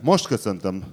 Most köszöntöm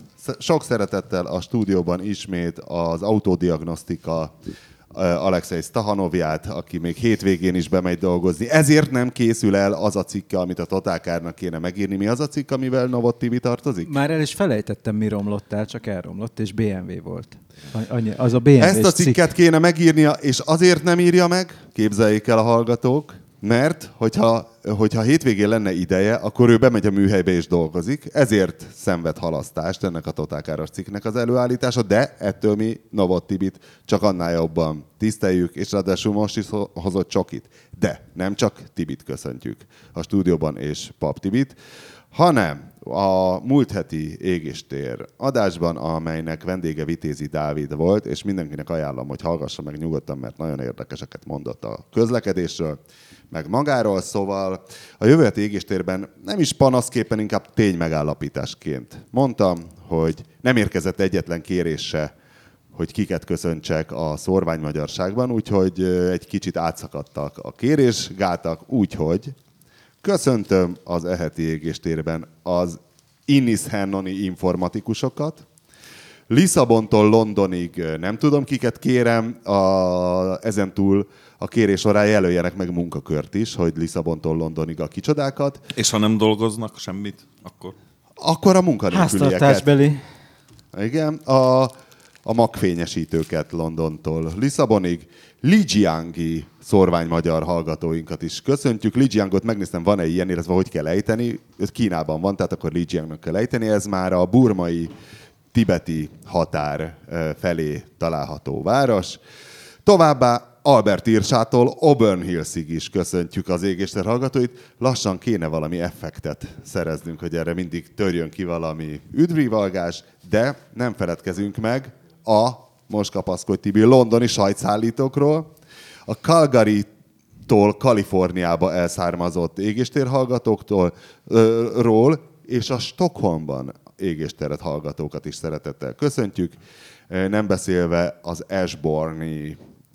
sok stúdióban ismét az autódiagnosztika Alexei Stahanovját, aki még hétvégén is bemegy dolgozni. Ezért nem készül el az a cikke, amit a Totálkárnak kéne megírni. Mi az a cikk, amivel Novotny tartozik? Már el is felejtettem, mi romlott el, csak elromlott, és BMW volt. Az a BMW Ezt a cikket kéne megírnia, és azért nem írja meg, képzeljék el a hallgatók, mert hogyha hétvégén lenne ideje, akkor ő bemegy a műhelybe és dolgozik, ezért szenved halasztást ennek a Totálkáros cikknek az előállítása, de ettől mi Novotnybit csak annál jobban tiszteljük, és ráadásul most is hozott csokit. De nem csak Tibit köszöntjük a stúdióban és Pap Tibit, hanem a múlt heti Ég és Tér adásban, amelynek vendége Vitézi Dávid volt, és mindenkinek ajánlom, hogy hallgassa meg nyugodtan, mert nagyon érdekeseket mondott a közlekedésről, meg magáról, szóval a jövő heti Ég és Térben nem is panaszképpen, inkább ténymegállapításként mondtam, hogy nem érkezett egyetlen kérés se, hogy kiket köszöntsek a szórványmagyarságban, úgyhogy egy kicsit átszakadtak a kérésgátak, úgyhogy köszöntöm az heti Ég és Térben az Innishannoni informatikusokat. Lisszabontól Londonig nem tudom, kiket kérem, ezentúl a kérés során jelöljenek meg munkakört is, hogy Lisszabontól Londonig a kicsodákat. És ha nem dolgoznak semmit, akkor? Akkor a munkanélkülieket. Háztartásbeli. Igen, a magfényesítőket Londontól Lisszabonig. Lijiangi szórványmagyar hallgatóinkat is köszöntjük. Lijiangot megnéztem, van-e ilyen, illetve hogy kell ejteni. Kínában van, tehát akkor Lijiangnak kell ejteni. Ez már a burmai, tibeti határ felé található város. Továbbá Albert Irsától Auburn Hillsig is köszöntjük az Ég és Tér hallgatóit. Lassan kéne valami effektet szereznünk, hogy erre mindig törjön ki valami üdvrivalgás, de nem feledkezünk meg most kapaszkodj Tibi, londoni sajtszállítókról, a Calgary-tól Kaliforniába elszármazott Ég és Tér hallgatóktól, és a Stockholmban Ég és Tér hallgatókat is szeretettel köszöntjük, nem beszélve az Ashbourne-i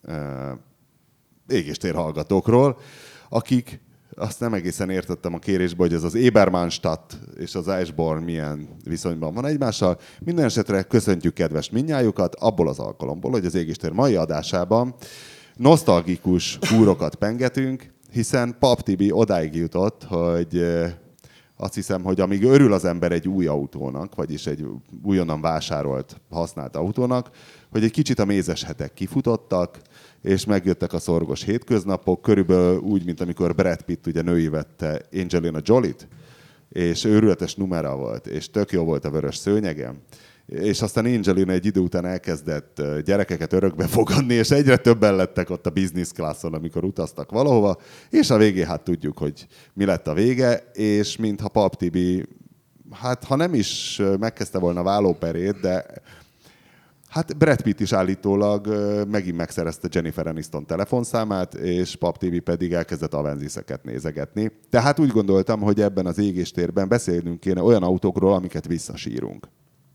Ég és Tér hallgatókról, akik azt nem egészen értettem a kérésből, hogy ez az Ebermannstadt és az Ashbourne milyen viszonyban van egymással. Minden esetre köszöntjük kedves mindnyájukat abból az alkalomból, hogy az Ég és Tér mai adásában nosztalgikus húrokat pengetünk, hiszen Pap Tibi odáig jutott, hogy azt hiszem, hogy amíg örül az ember egy új autónak, vagyis egy újonnan vásárolt, használt autónak, hogy egy kicsit a mézes hetek kifutottak, és megjöttek a szorgos hétköznapok, körülbelül úgy, mint amikor Brad Pitt ugye női vette Angelina Jolie-t, és őrületes numera volt, és tök jó volt a vörös szőnyegem. És aztán Angelina egy idő után elkezdett gyerekeket örökbe fogadni, és egyre többen lettek ott a business classon, amikor utaztak valahova, és a végén hát tudjuk, hogy mi lett a vége, és mintha Pap Tibi, hát ha nem is megkezdte volna a vállóperét, de hát Brad Pitt is állítólag megint megszerezte Jennifer Aniston telefonszámát, és Pap Tibi pedig elkezdett Avengers-eket nézegetni. Tehát úgy gondoltam, hogy ebben az Ég és Térben beszélnünk kéne olyan autókról, amiket visszasírunk.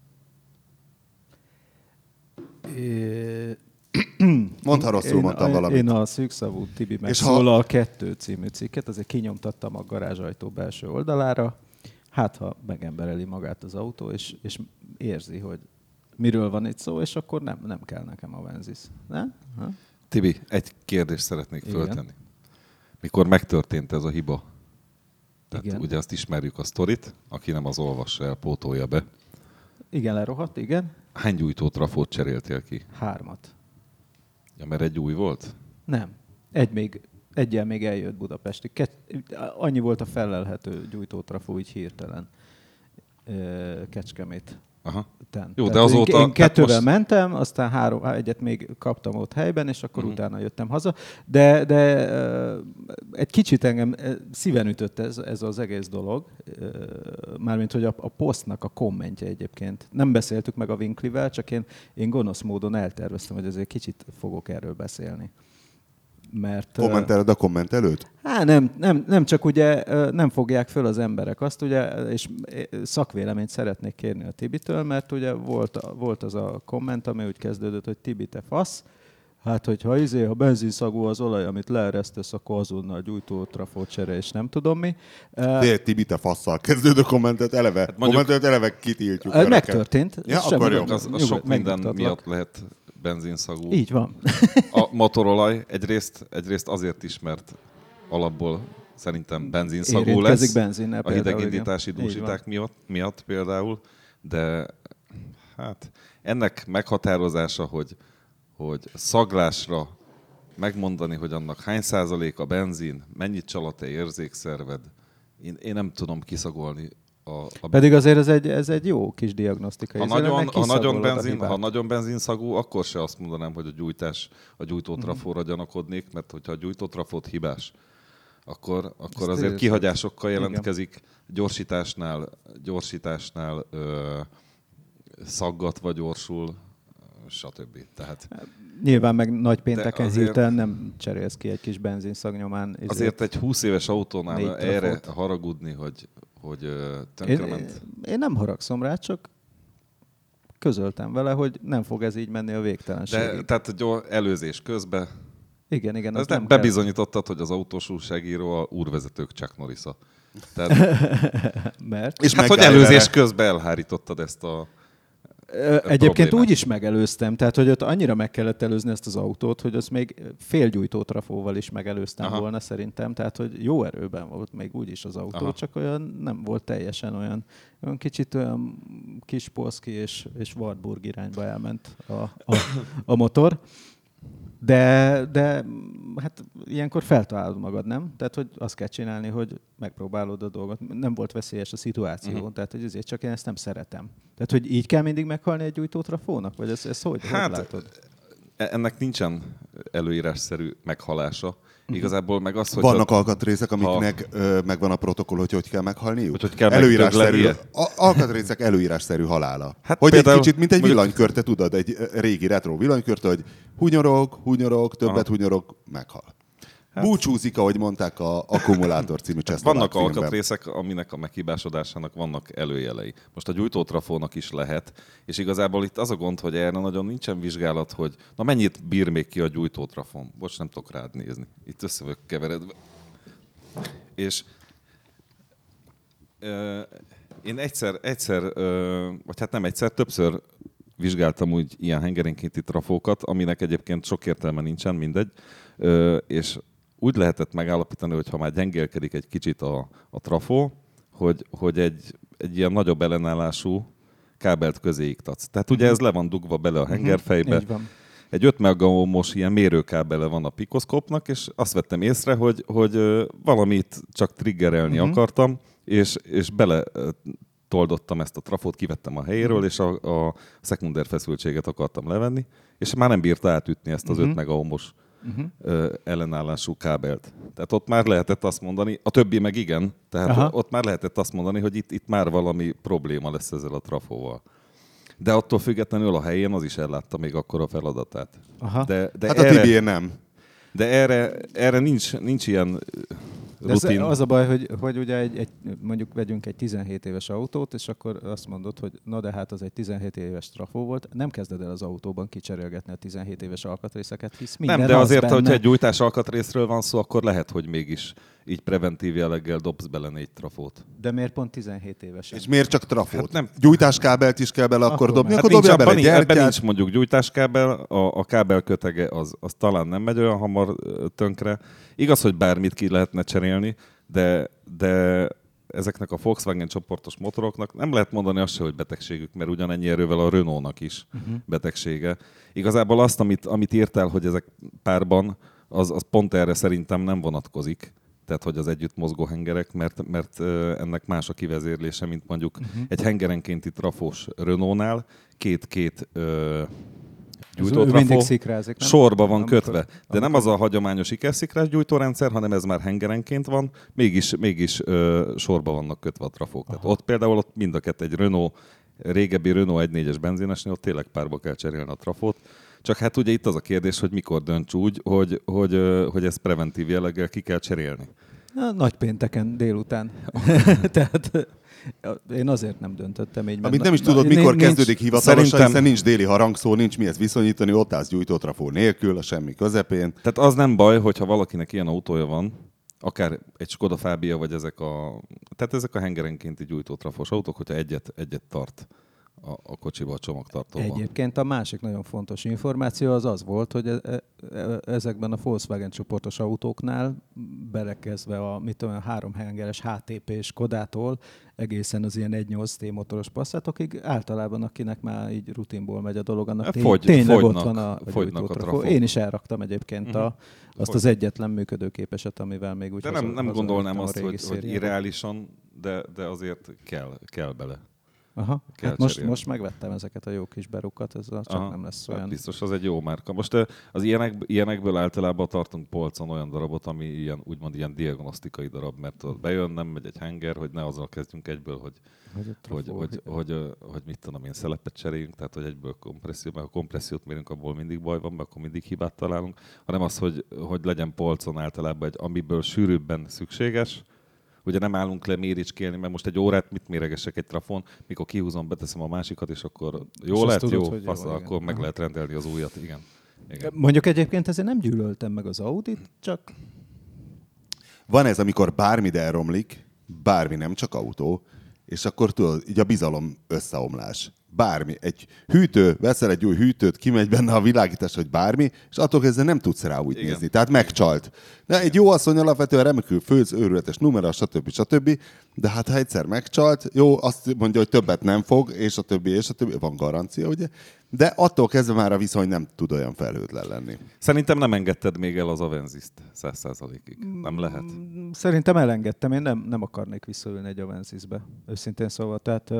Mondd, ha rosszul mondtam valamit. Én a Szűkszavú Tibi megszólal 2 című cikket, azért kinyomtattam a garázsajtó belső oldalára. Hát, ha megembereli magát az autó, és érzi, hogy miről van itt szó, és akkor nem kell nekem a Avengers. Nem? Tibi, egy kérdést szeretnék föltenni. Mikor megtörtént ez a hiba? Tehát ugye azt ismerjük a sztorit, aki nem az olvassa el, pótolja be. Igen, lerohadt, igen. Hány gyújtótrafót cseréltél ki? 3. Ja, mert egy új volt? Nem. Eggyel még eljött Budapestig. Annyi volt a felelhető gyújtótrafó, így hirtelen Kecskemét. Aha. Jó, de azóta... Én 2-vel mentem, aztán egyet még kaptam ott helyben, és akkor utána jöttem haza. De egy kicsit engem szíven ütött ez az egész dolog. Mármint, hogy a posztnak a kommentje egyébként. Nem beszéltük meg a Winklivel, csak én gonosz módon elterveztem, hogy azért kicsit fogok erről beszélni. Mert, kommenteled a kommentelőt? Nem csak ugye nem fogják föl az emberek azt, ugye, és szakvéleményt szeretnék kérni a Tibitől, mert ugye volt az a komment, ami úgy kezdődött, hogy Tibi, te fasz, Hát, hogyha ha benzinszagú az olaj, amit leeresztesz, akkor azonnal gyújtó, trafócsere, és nem tudom mi. Tibi, te fasszal kezdődő kommentet eleve. Hát kommentet eleve kitiltjuk. Megtörtént. Ja, akkor jó. Az sok minden miatt lehet benzinszagú. Így van. A motorolaj egyrészt azért is, mert alapból szerintem benzinszagú lesz. A hidegindítási dúsíták miatt például. De hát ennek meghatározása, hogy szaglásra megmondani, hogy annak hány százalék a benzin, mennyit csal a te érzékszerved, én nem tudom kiszagolni. Pedig azért ez egy jó kis diagnosztikai. Ha nagyon benzinszagú, akkor se azt mondanám, hogy a gyújtótrafóra gyanakodnék, mert hogyha a gyújtótrafót hibás, akkor azért kihagyásokkal jelentkezik. Gyorsításnál szaggat vagy gyorsul, stb. Tehát, nyilván meg nagy pénteken hirtelen nem cserélsz ki egy kis benzinszag nyomán. Azért egy 20 éves autónál erre haragudni, hogy tönkrement. Én nem haragszom rá, csak közöltem vele, hogy nem fog ez így menni a végtelenségig. De tehát előzés közben. Igen. Ez nem bebizonyítottad, hogy az autós újságíró a úrvezetők Chuck Norris-a. Tehát, mert? És hát, hogy előzés közben elhárítottad ezt a egyébként problémát. úgy is megelőztem, tehát hogy ott annyira meg kellett előzni ezt az autót, hogy azt még félgyújtótrafóval is megelőztem volna szerintem, tehát hogy jó erőben volt még úgy is az autó, csak olyan nem volt teljesen olyan kicsit olyan kis Polszki és Wartburg irányba elment a motor. De hát ilyenkor feltalálod magad, nem? Tehát, hogy azt kell csinálni, hogy megpróbálod a dolgot. Nem volt veszélyes a szituáció, tehát hogy ezért csak én ezt nem szeretem. Tehát, hogy így kell mindig meghalni egy gyújtótrafónak? Vagy ez hogy látod? Ennek nincsen előírásszerű meghalása. Igazából meg az, hogy... Vannak alkatrészek, amiknek megvan a protokoll, hogy kell meghalniuk? Hogy kell előírásszerű, alkatrészek előírásszerű halála. Hát hogy például, egy kicsit, mint egy villanykörte, tudod, egy régi retro villanykörte, hogy hunyorog, többet hunyorog, meghal. Hát, búcsúzik, ahogy mondták a Akkumulátor című Vannak alkatrészek, aminek a meghibásodásának vannak előjelei. Most a gyújtótrafónak is lehet, és igazából itt az a gond, hogy erre nagyon nincsen vizsgálat, hogy na mennyit bír még ki a gyújtótrafon. Bocs, nem tudok rád nézni. Itt össze vagyok keveredve. És én többször vizsgáltam úgy ilyen hengerénkénti trafókat, aminek egyébként sok értelme nincsen, mindegy, és úgy lehetett megállapítani, hogy ha már gyengélkedik egy kicsit a trafó, hogy egy ilyen nagyobb ellenállású kábelt közé iktatsz. Tehát ugye ez le van dugva bele a hengerfejbe. Egy 5 megaohmos ilyen mérőkábele van a pikoszkópnak, és azt vettem észre, hogy valamit csak triggerelni akartam, és bele toldottam ezt a trafót, kivettem a helyéről, és a szekunder feszültséget akartam levenni, és már nem bírta átütni ezt az 5 megaohmos ellenállású kábelt. Tehát ott már lehetett azt mondani, a többi meg igen, tehát ott már lehetett azt mondani, hogy itt már valami probléma lesz ezzel a trafóval. De attól függetlenül a helyén az is ellátta még akkor a feladatát. De hát erre, a Tibié nem. De erre nincs ilyen rutin. Az a baj, hogy ugye mondjuk vegyünk egy 17 éves autót, és akkor azt mondod, hogy na de hát az egy 17 éves trafó volt. Nem kezded el az autóban kicserélgetni a 17 éves alkatrészeket, hisz minden nem, de azért, benne. hogyha egy gyújtás alkatrészről van szó, akkor lehet, hogy mégis így preventív jelleggel dobsz bele 4 trafót. De miért pont 17 évesen? És miért csak trafót? Hát nem. Gyújtáskábelt is kell bele akkor dobni, hát akkor dobja bele egy gyertyát. Ebben nincs mondjuk gyújtáskábel, a kábel kötege az talán nem megy olyan hamar tönkre. Igaz, hogy bármit ki lehetne cserélni, de ezeknek a Volkswagen csoportos motoroknak nem lehet mondani azt se, hogy betegségük, mert ugyanennyi erővel a Renault-nak is betegsége. Igazából azt, amit írtál, hogy ezek párban, az pont erre szerintem nem vonatkozik. Tehát, hogy az együtt mozgó hengerek, mert ennek más a kivezérlése, mint mondjuk egy hengerenkénti trafós Renault-nál, két gyújtótrafó sorba van kötve. De nem az a hagyományos ikerszikrás gyújtórendszer, hanem ez már hengerenként van, mégis sorba vannak kötve a trafók. Tehát ott például mind a kettő egy régebbi Renault 1.4-es benzinesnél ott tényleg párba kell cserélni a trafót. Csak hát ugye itt az a kérdés, hogy mikor dönts úgy, hogy ezt preventív jelleggel ki kell cserélni. Nagypénteken délután. Tehát én azért nem döntöttem így. Amit nem is tudod, mikor kezdődik hivatalosan, hiszen nincs déli harangszó, nincs mihez viszonyítani, ott állsz gyújtótrafó nélkül, a semmi közepén. Tehát az nem baj, hogyha valakinek ilyen autója van, akár egy Skoda Fabia, vagy ezek a hengerenkénti gyújtótrafós autók, hogyha egyet tart a kocsiba, a csomagtartóba. Egyébként a másik nagyon fontos információ az volt, hogy ezekben a Volkswagen csoportos autóknál belekezdve a 3 hengeres HTP Skodától egészen az ilyen 1.8 T-motoros Passatokig általában akinek már így rutinból megy a dolog, annak tényleg ott van a gyújtótrafó. Én is elraktam egyébként azt az egyetlen működőképeset, amivel még úgy de nem gondolnám azt, hogy irreálisan, de azért kell bele. Aha, hát most megvettem ezeket a jó kis berukat, ez csak nem lesz olyan. Biztos, az egy jó márka. Most az ilyenekből általában tartunk polcon olyan darabot, ami úgymond ilyen diagnosztikai darab, mert bejön, nem megy egy henger, hogy ne azzal kezdjünk egyből, hogy mit tudom én, szelepet cseréljünk, tehát hogy egyből kompresszió, mert ha kompressziót mérünk, abból mindig baj van, mert akkor mindig hibát találunk, hanem az, hogy legyen polcon általában amiből sűrűbben szükséges. Ugye nem állunk le méricskélni, mert most egy órát mit méregesek egy trafon, mikor kihúzom, beteszem a másikat, és akkor jó lett, tudod, jó, akkor meg lehet rendelni az újat, igen. Mondjuk egyébként ezért nem gyűlöltem meg az Audit, csak... Van ez, amikor bármi elromlik, bármi, nem csak autó, és akkor tudod, így a bizalom összeomlás. Bármi. Egy hűtő, veszel egy új hűtőt, kimegy benne a világítás, vagy bármi, és attól kezdve nem tudsz rá úgy nézni. Tehát megcsalt. De egy jó asszony alapvetően remekül főz, őrületes numera, stb. De hát ha egyszer megcsalt, jó, azt mondja, hogy többet nem fog, és a többi, van garancia, ugye? De attól kezdve már a viszony nem tud olyan felhőtlen lenni. Szerintem nem engedted még el az Avenzist 100%-ig. Nem lehet? Szerintem elengedtem. Én nem akarnék visszaülni egy Avenzisbe. Őszintén szóval. Tehát,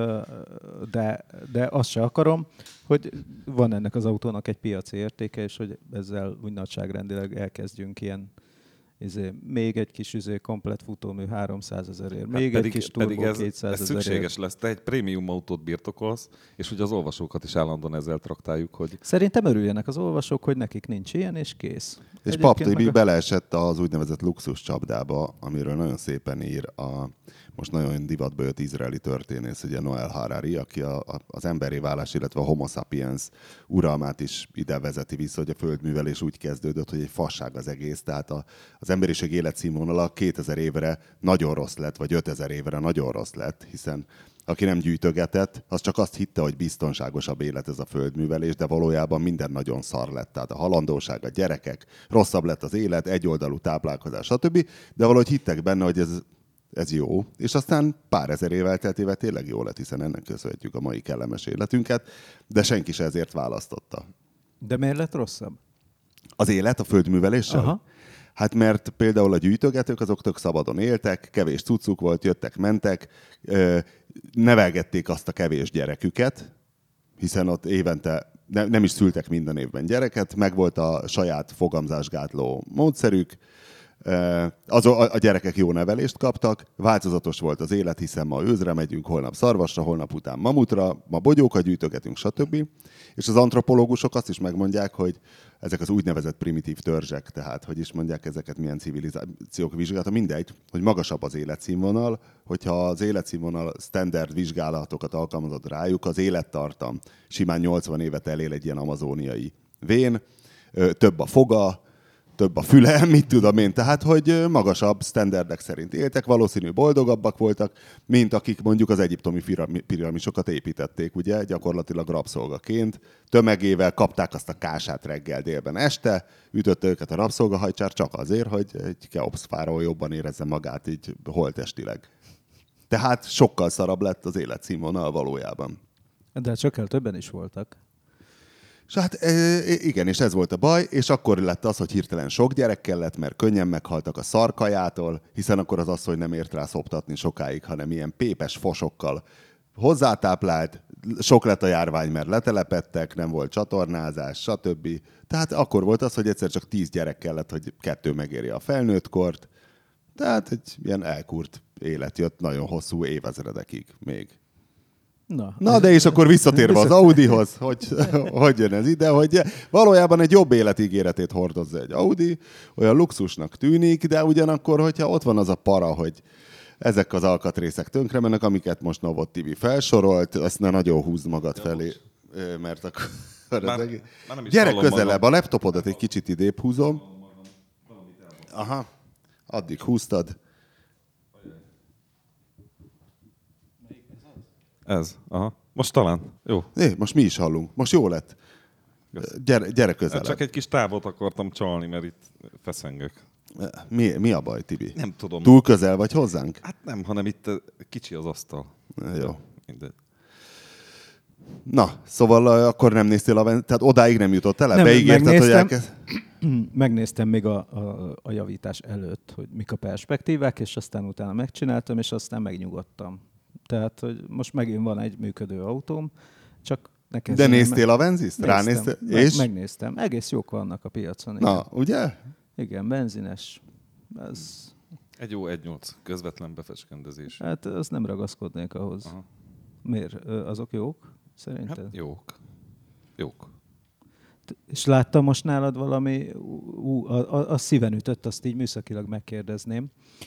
de azt se akarom, hogy van ennek az autónak egy piaci értéke, és hogy ezzel úgy nagyságrendileg elkezdjünk ilyen még egy kis komplett futómű 300 000-ért, még egy kis turbo 200 000-ért. Ez szükséges lesz. Te egy prémium autót birtokolsz, és ugye az olvasókat is állandóan ezzel traktáljuk, hogy... Szerintem örüljenek az olvasók, hogy nekik nincs ilyen, és kész. És Pap Tibi beleesett az úgynevezett luxus csapdába, amiről nagyon szépen ír most nagyon divatba jött izraeli történész, ugye Noel Harari, aki az emberi válás, illetve a homo sapiens uralmát is ide vezeti vissza, hogy a földművelés úgy kezdődött, hogy egy fasság az egész, tehát az emberiség életszínvonala 2000 évre nagyon rossz lett, vagy 5000 évre nagyon rossz lett, hiszen aki nem gyűjtögetett, az csak azt hitte, hogy biztonságosabb élet ez a földművelés, de valójában minden nagyon szar lett. Tehát a halandóság, a gyerekek, rosszabb lett az élet, egyoldalú táplálkozás, stb. De valahogy hittek benne, hogy ez jó, és aztán pár ezer év elteltével tényleg jó lett, hiszen ennek köszönhetjük a mai kellemes életünket, de senki se ezért választotta. De miért lett rosszabb? Az élet a földműveléssel? Aha. Hát mert például a gyűjtögetők azok tök szabadon éltek, kevés cuccuk volt, jöttek, mentek, nevelgették azt a kevés gyereküket, hiszen ott évente nem is szültek minden évben gyereket, meg volt a saját fogamzásgátló módszerük, a gyerekek jó nevelést kaptak, változatos volt az élet, hiszen ma őzre megyünk, holnap szarvasra, holnap után mamutra, ma bogyókat gyűjtögetünk, stb. És az antropológusok azt is megmondják, hogy ezek az úgynevezett primitív törzsek, tehát hogy is mondják ezeket, milyen civilizációk vizsgálata, mindegy, hogy magasabb az életszínvonal, hogyha az életszínvonal standard vizsgálatokat alkalmazott rájuk, az élettartam simán 80 évet elél egy ilyen amazóniai vén, több a foga, több a füle, mit tudom én. Tehát, hogy magasabb sztenderdek szerint éltek, valószínű boldogabbak voltak, mint akik mondjuk az egyiptomi piramisokat építették, ugye, gyakorlatilag rabszolgaként. Tömegével kapták azt a kását reggel, délben, este, ütötte őket a rabszolgahajcsár csak azért, hogy egy Keops fáraó jobban érezze magát így holttestileg. Tehát sokkal szarabb lett az életszínvonal valójában. De sokkal többen is voltak. És hát igen, és ez volt a baj, és akkor lett az, hogy hirtelen sok gyerek kellett, mert könnyen meghaltak a szarkajától, hiszen akkor az asszony nem ért rá szoptatni sokáig, hanem ilyen pépes fosokkal hozzátáplált, sok lett a járvány, mert letelepedtek, nem volt csatornázás, stb. Tehát akkor volt az, hogy egyszer csak 10 gyerek kellett, hogy 2 megérje a felnőttkort. Tehát egy ilyen elkúrt élet jött nagyon hosszú évezredekig még. Na, de és akkor visszatérve az Audihoz, hogy jön ez ide, hogy valójában egy jobb életígéretét hordozza egy Audi, olyan luxusnak tűnik, de ugyanakkor, hogyha ott van az a para, hogy ezek az alkatrészek tönkre mennek, amiket most Novot TV felsorolt, ezt ne nagyon húzd magad felé, mert akkor gyere közelebb, a laptopodat egy kicsit idébb húzom. Aha, addig húztad. Ez, aha. Most talán. Jó. Most mi is hallunk. Most jó lett. Gyere közelebb. Csak egy kis távot akartam csalni, mert itt feszengök. Mi a baj, Tibi? Nem tudom. Túl közel vagy hozzánk? Hát nem, hanem itt kicsi az asztal. Jó. Mindegy. Na, szóval akkor nem néztél tehát odáig nem jutott el? Nem, beígérted, hogy elkezd... Megnéztem még a javítás előtt, hogy mik a perspektívák, és aztán utána megcsináltam, és aztán megnyugodtam. Tehát, hogy most megint van egy működő autóm, csak nekem... De néztél a Venziszt? Ránéztél? És? Megnéztem. Egész jók vannak a piacon. Na, igen. ugye? Igen, benzines. Ez... Egy jó 1.8 közvetlen befecskendezés. Hát az nem ragaszkodnék ahhoz. Aha. Miért? Azok jók? Szerinted? Hát jók. És láttam most nálad valami, a szíven ütött, azt így műszakilag megkérdezném,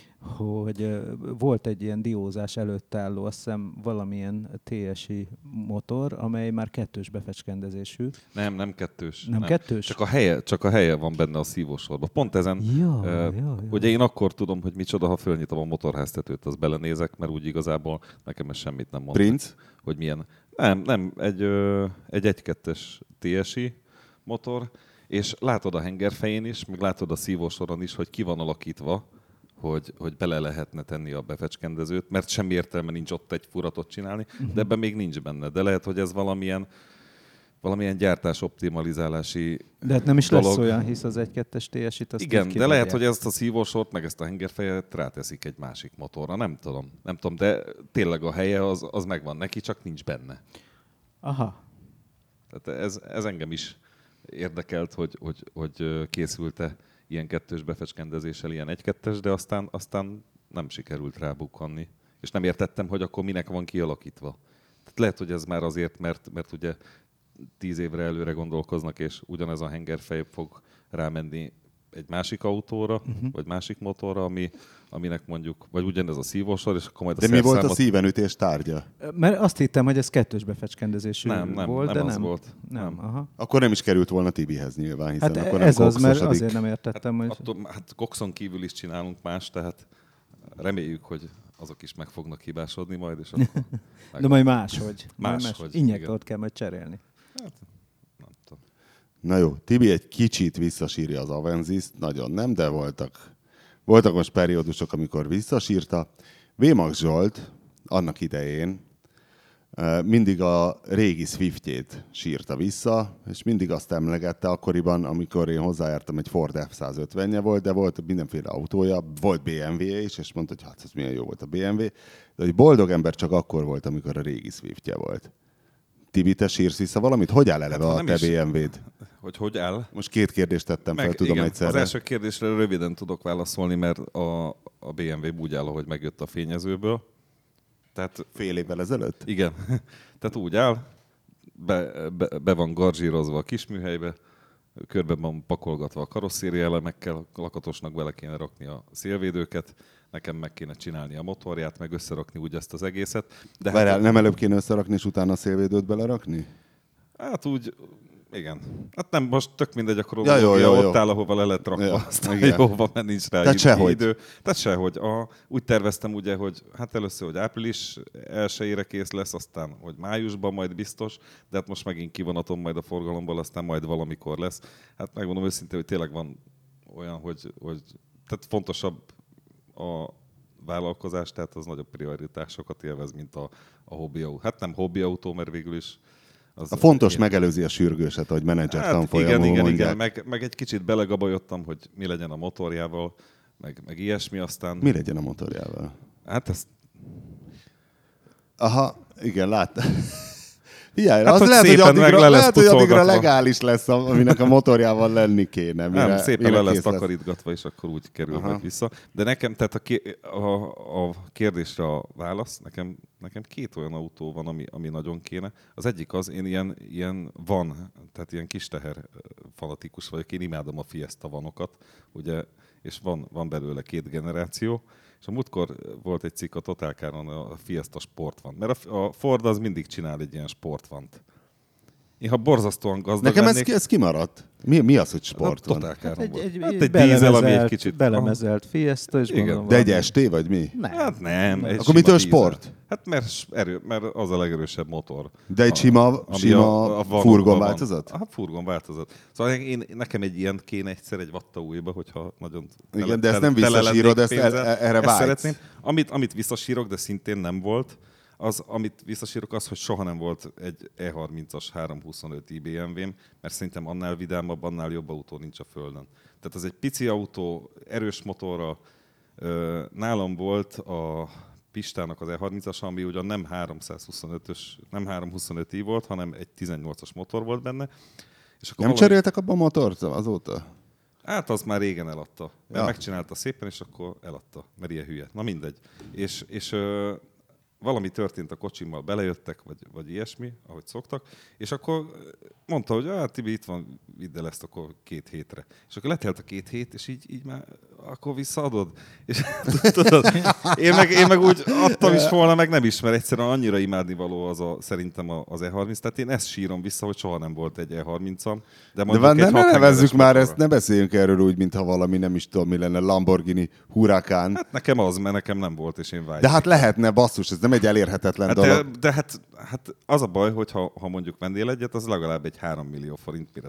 hogy volt egy ilyen diózás előtt álló, azt hiszem valamilyen TSI motor, amely már kettős befecskendezésű. Nem kettős. Nem kettős? Csak a helye van benne a szívósorban. Pont ezen, ugye én akkor tudom, hogy micsoda, ha fölnyitom a motorháztetőt, az belenézek, mert úgy igazából nekem ez semmit nem mond. Prince? Hogy milyen. Nem, egy 1.2-es TSI motor, és látod a hengerfején is, meg látod a szívósoron is, hogy ki van alakítva, hogy bele lehetne tenni a befecskendezőt, mert semmi értelme nincs ott egy furatot csinálni, de ebben még nincs benne. De lehet, hogy ez valamilyen gyártás optimalizálási De hát nem is dolog. lesz olyan, hisz az 1.2-es TSI-t azt Igen, de lehet, hogy ezt a szívósort, meg ezt a hengerfejet ráteszik egy másik motorra. Nem tudom, de tényleg a helye az megvan neki, csak nincs benne. Aha. Tehát ez engem is érdekelt, hogy készült-e ilyen kettős befecskendezéssel, ilyen 1.2-es, de aztán nem sikerült rábukkanni. És nem értettem, hogy akkor minek van kialakítva. Tehát lehet, hogy ez már azért, mert ugye 10 évre előre gondolkoznak, és ugyanez a hengerfej fog rámenni egy másik autóra, vagy másik motorra, aminek mondjuk, vagy ugyanez a szívósor, és akkor majd a De mi volt a szívenütés tárgya? Mert azt hittem, hogy ez kettős befecskendezésű volt, de az nem. volt. Nem. Aha. Akkor nem is került volna Tibihez nyilván, hiszen Hát akkor ez nem az, mert kokszosodik. azért nem értettem, hogy... Hát Coxon kívül is csinálunk más, tehát reméljük, hogy azok is meg fognak hibásodni majd, és akkor... De majd máshogy. Máshogy, Injektort kell majd cserélni. Hát, nem tudom. Na jó, Tibi egy kicsit visszasírja az Avenzist, nagyon nem, de voltak most periódusok, amikor visszasírta. Vémax Zsolt annak idején mindig a régi Swiftjét sírta vissza, és mindig azt emlegette akkoriban, amikor én hozzájártam, egy Ford F-150-je volt, de volt mindenféle autója, volt BMW-je is, és mondta, hogy hát ez milyen jó volt a BMW, de hogy boldog ember csak akkor volt, amikor a régi Swiftje volt. Tibi, te sírsz vissza valamit? Hogy áll eleve a te BMW-d? Hogy áll? Most 2 kérdést tettem fel, tudom igen, egyszerre. az első kérdésre röviden tudok válaszolni, mert a BMW úgy áll, ahogy megjött a fényezőből. Tehát, fél évvel ezelőtt? Igen. Tehát úgy áll, be van garzsírozva a kisműhelybe, körbe van pakolgatva a karosszéria elemekkel, lakatosnak bele kéne rakni a szélvédőket, nekem meg kéne csinálni a motorját, meg összerakni úgy ezt az egészet. De várjál, nem előbb kéne összerakni, és utána a szélvédőt belerakni? Hát úgy, igen. Hát nem, most tök mindegy, akkor ott áll, ahova le lehet rakva, aztán igen. jó van, mert nincs rá idő. Tehát sehogy. Úgy terveztem ugye, hogy hát először, hogy április 1-ére kész lesz, aztán, hogy májusban majd biztos, de hát most megint kivonatom majd a forgalomból, aztán majd valamikor lesz. Hát megmondom őszintén, hogy tényleg van olyan, hogy tehát fontosabb a vállalkozás, tehát az nagyobb prioritásokat élvez, mint a hobbiautó. Hát nem hobbiautó, mert végül is a fontos megelőzi a sürgőset, hogy menedzser tanfolyamon igen. Meg egy kicsit belegabajodtam, hogy mi legyen a motorjával, meg ilyesmi, aztán... Mi legyen a motorjával? Hát ezt... Aha, igen, Figyelj, Hát, az hogy lehet, szépen hogy addigra legális lesz, aminek a motorjával lenni kéne. Nem, szépen le lesz takarítgatva, és akkor úgy kerül majd vissza. De nekem, tehát a kérdésre a válasz, nekem két olyan autó van, ami nagyon kéne. Az egyik az, én ilyen van, tehát ilyen kis teher fanatikus vagyok, én imádom a Fiesta vanokat, ugye, és van belőle 2 generáció, és a múltkor volt egy cikk a Total Caron, a Fiesta sportvant, mert a Ford az mindig csinál egy ilyen sportvant. Én ha borzasztóan gazdag nekem lennék... ez kimaradt. Mi az, hogy sportvant? Egy dízel, ami egy kicsit... Belemezelt Fiesta, és gondolom... De egy ST, vagy mi? Nem. Hát nem. Akkor mitől sport? Hát mert az a legerősebb motor. De egy sima furgonváltozat? Hát furgonváltozat. Szóval nekem egy ilyen kéne egyszer egy vattaújba, hogyha nagyon... Igen, de ezt nem visszasírod, erre vágysz. Szeretném. Amit visszasírok, de szintén nem volt, amit visszasírok az, hogy soha nem volt egy E30-as 325 iBMW-m, mert szerintem annál vidámabb, annál jobb autó nincs a Földön. Tehát az egy pici autó, erős motorra. Nálam volt a Pistának az E30-as, ami ugyan nem 325 i volt, hanem egy 18-as motor volt benne. És akkor nem cseréltek abban a motort azóta? Hát az már régen eladta. Mert megcsinálta szépen, és akkor eladta. Mert ilyen hülye. Na mindegy. És valami történt a kocsimmal, belejöttek, vagy ilyesmi, ahogy szoktak, és akkor mondta, hogy Tibi, itt van, vidd el ezt akkor 2 hétre. És akkor letelt a 2 hét, és így már akkor visszaadod. És tudod, én meg úgy adtam is volna, meg nem is, mert egyszerűen annyira imádnivaló szerintem az E30. Tehát én ezt sírom vissza, hogy soha nem volt egy E30-am. De ne nevezzük már ezt, ne beszéljünk erről úgy, mintha valami nem is tudom, mi lenne, Lamborghini Huracán. Hát nekem az, mert nekem nem volt, és én vágyom. De hát lehetne, basszus, ez nem egy elérhetetlen dolog. De hát az a baj, hogy ha mondjuk vennél egyet, az legalább egy 3 millió forint, mire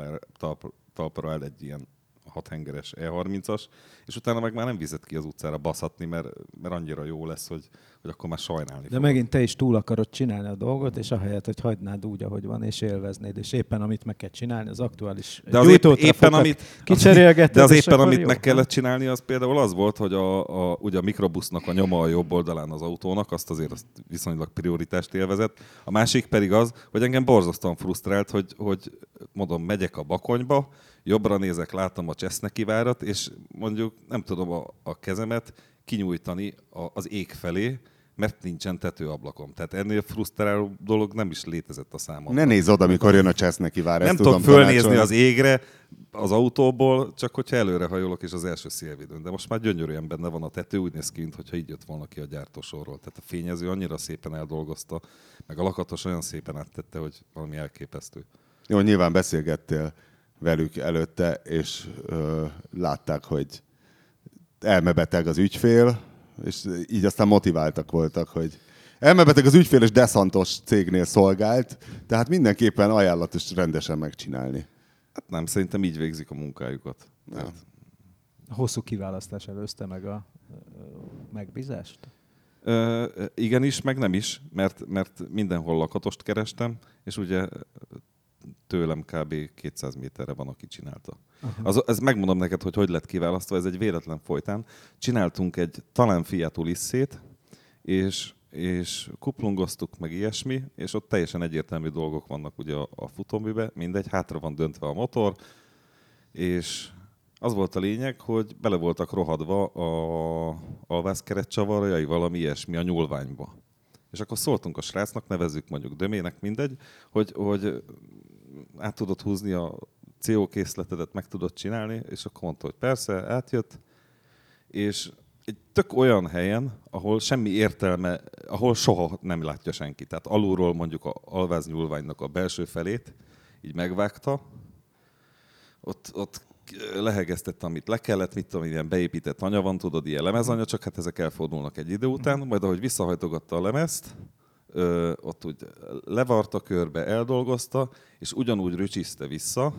talpra áll egy ilyen 6 hengeres E30-as, és utána meg már nem vizet ki az utcára baszhatni, mert annyira jó lesz, hogy akkor már sajnálni De fogod. megint te is túl akarod csinálni a dolgot, és ahelyett, hogy hagynád úgy, ahogy van, és élveznéd, és éppen amit meg kell csinálni, az aktuális gyújtótrafokat kicserélgeted. De az éppen, amit meg kellett csinálni, az például az volt, hogy ugye a mikrobusznak a nyoma a jobb oldalán az autónak, azt viszonylag prioritást élvezett. A másik pedig az, hogy engem borzasztóan frusztrált, hogy mondom, megyek a Bakonyba, jobbra nézek, látom a Cseszneky várat, és mondjuk nem tudom a kezemet kinyújtani az ég felé, mert nincsen tetőablakom. Tehát ennél frusztráló dolog nem is létezett a számomra. Ne nézz oda, amikor jön a Cseszneky vár. Nem tudok fölnézni az égre az autóból, csak hogyha előre hajolok, és az első szélvédőn. De most már gyönyörűen benne van a tető, úgy néz ki, mintha így jött volna ki a gyártósorról. Tehát a fényező annyira szépen eldolgozta, meg a lakatos olyan szépen áttette, hogy valami elképesztő. Jó, nyilván beszélgettél velük előtte, és látták, hogy elmebeteg az ügyfél, és így aztán motiváltak voltak, hogy elmebeteg az ügyfél, és deszantos cégnél szolgált, tehát mindenképpen ajánlatos rendesen megcsinálni. Hát nem, szerintem így végzik a munkájukat. A hosszú kiválasztás előzte meg a megbízást? Igenis, meg nem is, mert mindenhol lakatost kerestem, és ugye tőlem kb. 200 méterre van, aki csinálta. Ez megmondom neked, hogy lett kiválasztva, ez egy véletlen folytán. Csináltunk egy talán Fiat Ulysszét, és kuplungoztuk, meg ilyesmi, és ott teljesen egyértelmű dolgok vannak ugye a futóműbe, mindegy, hátra van döntve a motor, és az volt a lényeg, hogy bele voltak rohadva a alvászkeretcsavarjai, valami ilyesmi a nyúlványba. És akkor szóltunk a srácnak, nevezzük mondjuk Dömének, mindegy, hogy át tudod húzni a CO készletedet, meg tudod csinálni, és akkor mondta, hogy persze, átjött, és egy tök olyan helyen, ahol semmi értelme, ahol soha nem látja senki. Tehát alulról mondjuk a alváznyúlványnak a belső felét így megvágta, ott lehegeztette, amit le kellett, mit tudom, ilyen beépített anya van, tudod, ilyen lemezanya, csak hát ezek elfordulnak egy idő után, majd ahogy visszahajtogatta a lemezt, ott úgy levarta körbe, eldolgozta, és ugyanúgy rücsiszte vissza,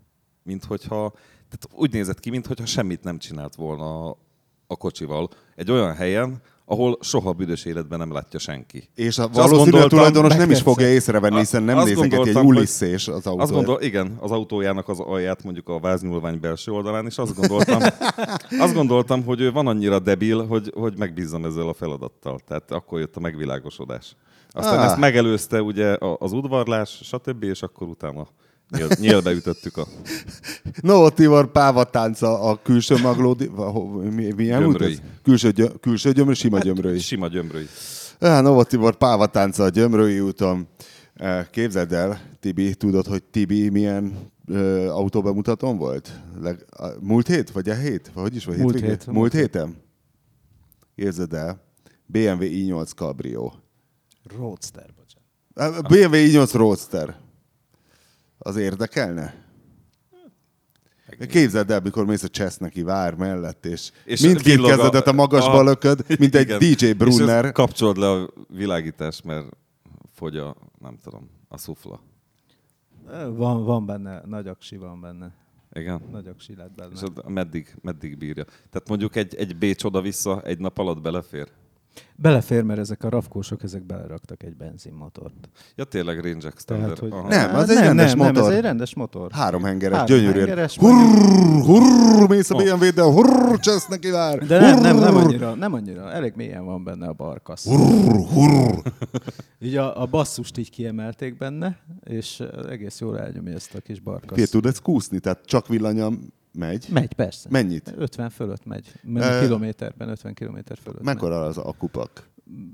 tehát úgy nézett ki, mintha semmit nem csinált volna a kocsival. Egy olyan helyen, ahol soha büdös életben nem látja senki. És valószínűleg a tulajdonos nem is fogja észrevenni, hiszen nem nézegeti egy Ulysszés az autó. Igen, az autójának az alját mondjuk a váznyúlvány belső oldalán, és azt gondoltam, hogy ő van annyira debil, hogy megbízzam ezzel a feladattal. Tehát akkor jött a megvilágosodás. Aztán ezt megelőzte ugye az udvarlás, stb. És akkor utána nyílbe ütöttük a... No, Tibor pávatánca a külső maglódi... Milyen Gyömrői. Külső gyömrői, sima gyömrői. Sima gyömrői. No, Tibor pávatánca a Gyömrői úton. Képzeld el, Tibi, tudod, hogy Tibi milyen autóbemutatón volt? Múlt hét? Vagy a hét? Hogy is volt? Múlt héten? Képzeld el, BMW i8 Cabrio. Roadster, bocsánat. BMW i8 Roadster. Az érdekelne? Képzeld el, mikor mész a Cseszneki vár mellett, és mindkét kezedet a magasba lököd, mint egy DJ Brunner. És kapcsolod le a világítást, mert fogy a szufla. Van benne, nagy aksi van benne. Igen. Nagy aksi lett benne. És meddig bírja? Tehát mondjuk egy Bécs oda-vissza egy nap alatt belefér? Belefér, mert ezek a rafkósok, ezek beleraktak egy benzinmotort. Ja, tényleg Range Extender. Nem, az egy rendes motor. Nem, ez egy rendes motor. Háromhengeres, gyönyörűen. Hurr, mész a BMW-del, hurr, Cseszneki vár. De nem annyira. Elég mélyen van benne a barkasz. Hurr. Így a basszust így kiemelték benne, és egész jól elnyomja ezt a kis barkasz. Tud ezt kúszni? Tehát csak villanyam megy? Megy, persze. Mennyit? 50 fölött megy. Kilométerben, 50 kilométer fölött. Mekkora az akupak?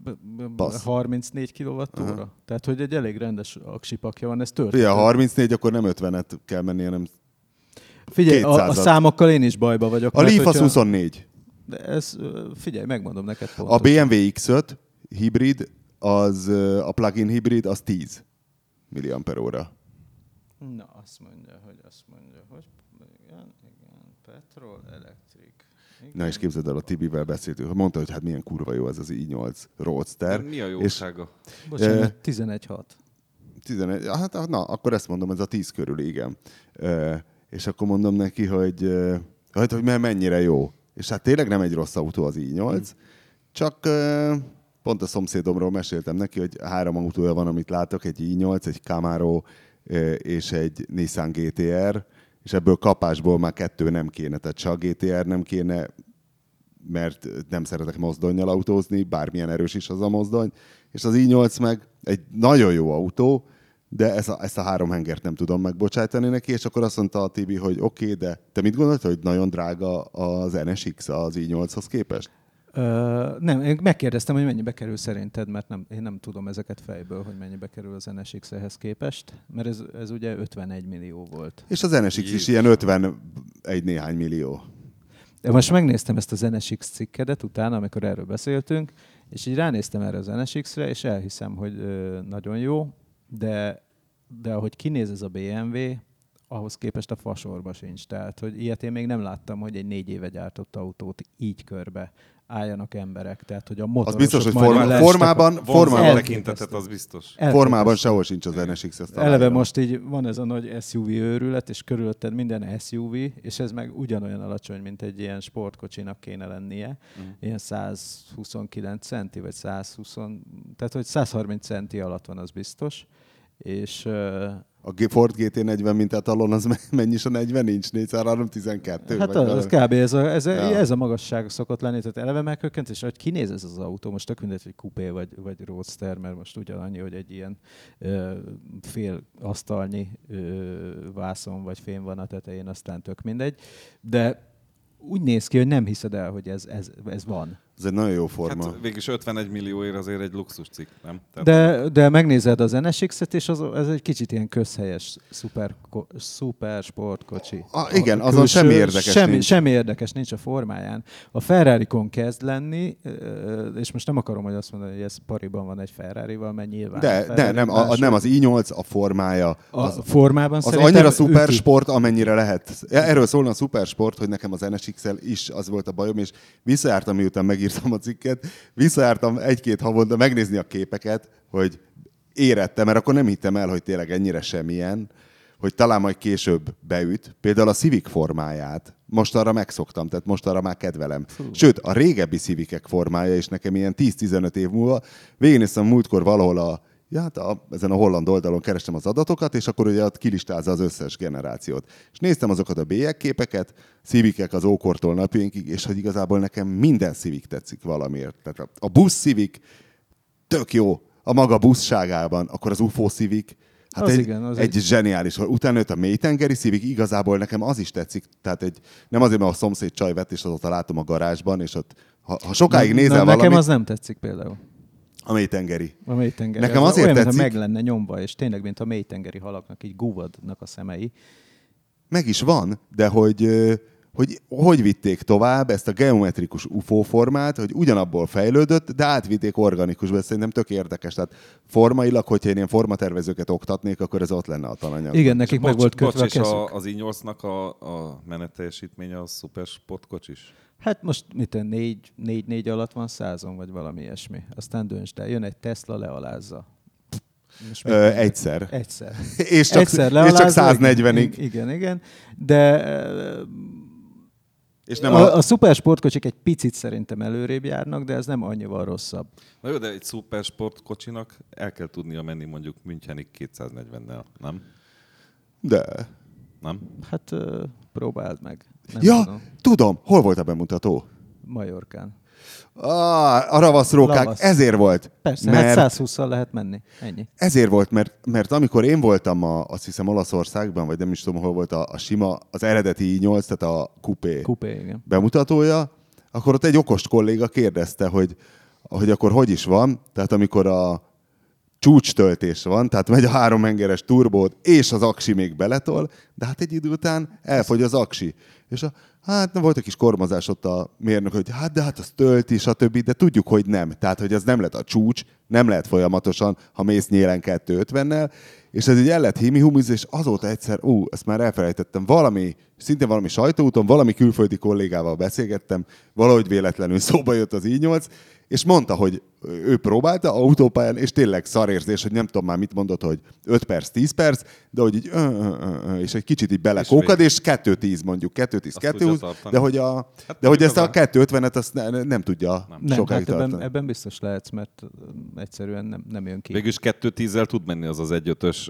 34 kWh. Tehát, hogy egy elég rendes aksipakja van, ez történt. Figyelj, 34, akkor nem 50-et kell menni, hanem Figyelj, a számokkal én is bajba vagyok. A Leaf az 24. De ez, figyelj, megmondom neked pontosan. A BMW X5 hibrid, az a plug-in hibrid, az 10 milliamperóra. Na, azt mondja, hogy igen, petrol, elektrik. Igen. Na és képzeld el, a Tibivel beszéltünk, mondta, hogy hát milyen kurva jó ez az i8 Roadster. De mi a jósága? Bocsánat, 11.6. 11, hát na, akkor ezt mondom, ez a 10 körül, igen. És akkor mondom neki, hogy mennyire jó. És hát tényleg nem egy rossz autó az i8, csak pont a szomszédomról meséltem neki, hogy 3 autója van, amit látok, egy i8, egy Camaro és egy Nissan GT-R, és ebből kapásból már 2 nem kéne, tehát se a GT-R nem kéne, mert nem szeretek mozdonnyal autózni, bármilyen erős is az a mozdony, és az i8 meg egy nagyon jó autó, de ezt a 3 hengert nem tudom megbocsájtani neki, és akkor azt mondta a Tibi, hogy oké, de te mit gondoltad, hogy nagyon drága az NSX az i8-hoz képest? Nem, én megkérdeztem, hogy mennyibe kerül szerinted, mert én nem tudom ezeket fejből, hogy mennyibe kerül az NSX-hez képest, mert ez ugye 51 millió volt. És az NSX is ilyen 51 néhány millió. De most megnéztem ezt az NSX cikkedet utána, amikor erről beszéltünk, és így ránéztem erre az NSX-re, és elhiszem, hogy nagyon jó, de ahogy kinéz ez a BMW, ahhoz képest a fasorba sincs. Tehát, hogy ilyet én még nem láttam, hogy egy 4 éve gyártott autót így körbe álljanak emberek. Tehát, hogy a motorosok... Az biztos, hogy formában tekintetet, az biztos. Formában sehol sincs az NSX. Eleve most így van ez a nagy SUV őrület, és körülötted minden SUV, és ez meg ugyanolyan alacsony, mint egy ilyen sportkocsinak kéne lennie. Ilyen 129 centi, vagy 120, tehát, hogy 130 centi alatt van, az biztos. És... A Ford GT40 mintátalon az mennyi is a 40 nincs? 412? Hát az kb. Ez a magasság szokott lenni, tehát eleve meghökkent, és hogy kinéz ez az autó, most tök mindegy, hogy kupé vagy roadster, mert most ugyanannyi, hogy egy ilyen fél asztalnyi vászon vagy fém van a tetején, aztán tök mindegy. De úgy néz ki, hogy nem hiszed el, hogy ez van. Ez egy nagyon jó forma. Hát végülis 51 millióért azért egy luxuscikk, nem? De megnézed az NSX-et, és ez egy kicsit ilyen közhelyes szuper sportkocsi. Igen, azon semmi érdekes nincs. Semmi érdekes nincs a formáján. A Ferrari-kon kezd lenni, és most nem akarom, hogy azt mondani, hogy ez pariban van egy Ferrari-val, mert nyilván... Nem, az i8 a formája. Formában az annyira szupersport, amennyire lehet. Erről szólna a szupersport, hogy nekem az NSX-el is az volt a bajom, és visszajártam, miután megírtam a cikket, visszajártam 1-2 havonta megnézni a képeket, hogy érettem, mert akkor nem hittem el, hogy tényleg ennyire semmilyen, hogy talán majd később beüt. Például a Civic formáját. Most arra megszoktam, tehát most arra már kedvelem. Sőt, a régebbi Civicek formája is nekem ilyen 10-15 év múlva. Végignéztem múltkor valahol ezen a holland oldalon kerestem az adatokat, és akkor ugye kilistázza az összes generációt. És néztem azokat a bélyegképeket, Civicek az ókortól napjainkig, és hogy igazából nekem minden Civic tetszik valamiért. Tehát a busz Civic tök jó, a maga buszságában, akkor az UFO Civic, hát egy zseniális. Utána jött a mélytengeri Civic, igazából nekem az is tetszik, tehát nem azért, mert a szomszéd csaj vett, és azóta látom a garázsban, és ott, ha sokáig nézel valamit... Nekem az nem tetszik például. A mélytengeri. A mélytengeri. Nekem az azért olyan, tetszik... meg lenne nyomva, és tényleg, mint a mélytengeri halaknak, így gúvadnak a szemei. Meg is van, de hogy vitték tovább ezt a geometrikus UFO formát, hogy ugyanabból fejlődött, de átvitték organikusba, ez szerintem tök érdekes. Tehát formailag, hogyha én ilyen formatervezőket oktatnék, akkor ez ott lenne a tananyagban. Igen, nekik meg volt kötve a kezük. Az i8-nak a menetteljesítménye a szupersportkocsis? Hát most 4 alatt van 100-on, vagy valami ilyesmi. Aztán döntsd el, jön egy Tesla, lealázza. Egyszer. És csak 140-ig. Igen. De és nem a szupersportkocsik egy picit szerintem előrébb járnak, de ez nem annyival rosszabb. Na jó, de egy szupersportkocsinak el kell tudnia menni mondjuk Münchenig 240-nel, nem? De. Nem? Hát próbáld meg. Nem tudom. Hol volt a bemutató? Majorkán. A ravaszrókák, ezért volt. Persze, hát 120-szal lehet menni. Ennyi. Ezért volt, mert amikor én voltam azt hiszem Olaszországban, vagy nem is tudom, hol volt a sima, az eredeti i8, tehát a coupé igen. bemutatója, akkor ott egy okos kolléga kérdezte, hogy akkor hogy is van, tehát amikor a csúcstöltés van, tehát megy a 3 hengeres turbód, és az aksi még beletol, de hát egy idő után elfogy az aksi. És hát volt egy kis kormozás ott a mérnök, hogy hát az tölti, stb., de tudjuk, hogy nem. Tehát, hogy ez nem lehet a csúcs, nem lehet folyamatosan, ha mész nyélen 250-nel, és ez így el lett himihumiz, és azóta egyszer, ezt már elfelejtettem, szintén valami sajtóúton, valami külföldi kollégával beszélgettem, valahogy véletlenül szóba jött az i8, és mondta, hogy ő próbálta autópályán, és tényleg szarérzés, hogy nem tudom már mit mondott, hogy 5 perc, 10 perc, de hogy így és egy kicsit így belekókad, és 2.10 mondjuk, 2.10, de hogy ezt a 250-et azt nem tudja sokáig tartani. Ebben biztos lehetsz, mert egyszerűen nem jön ki. Végülis 2.10-zel tud menni az 1.5-ös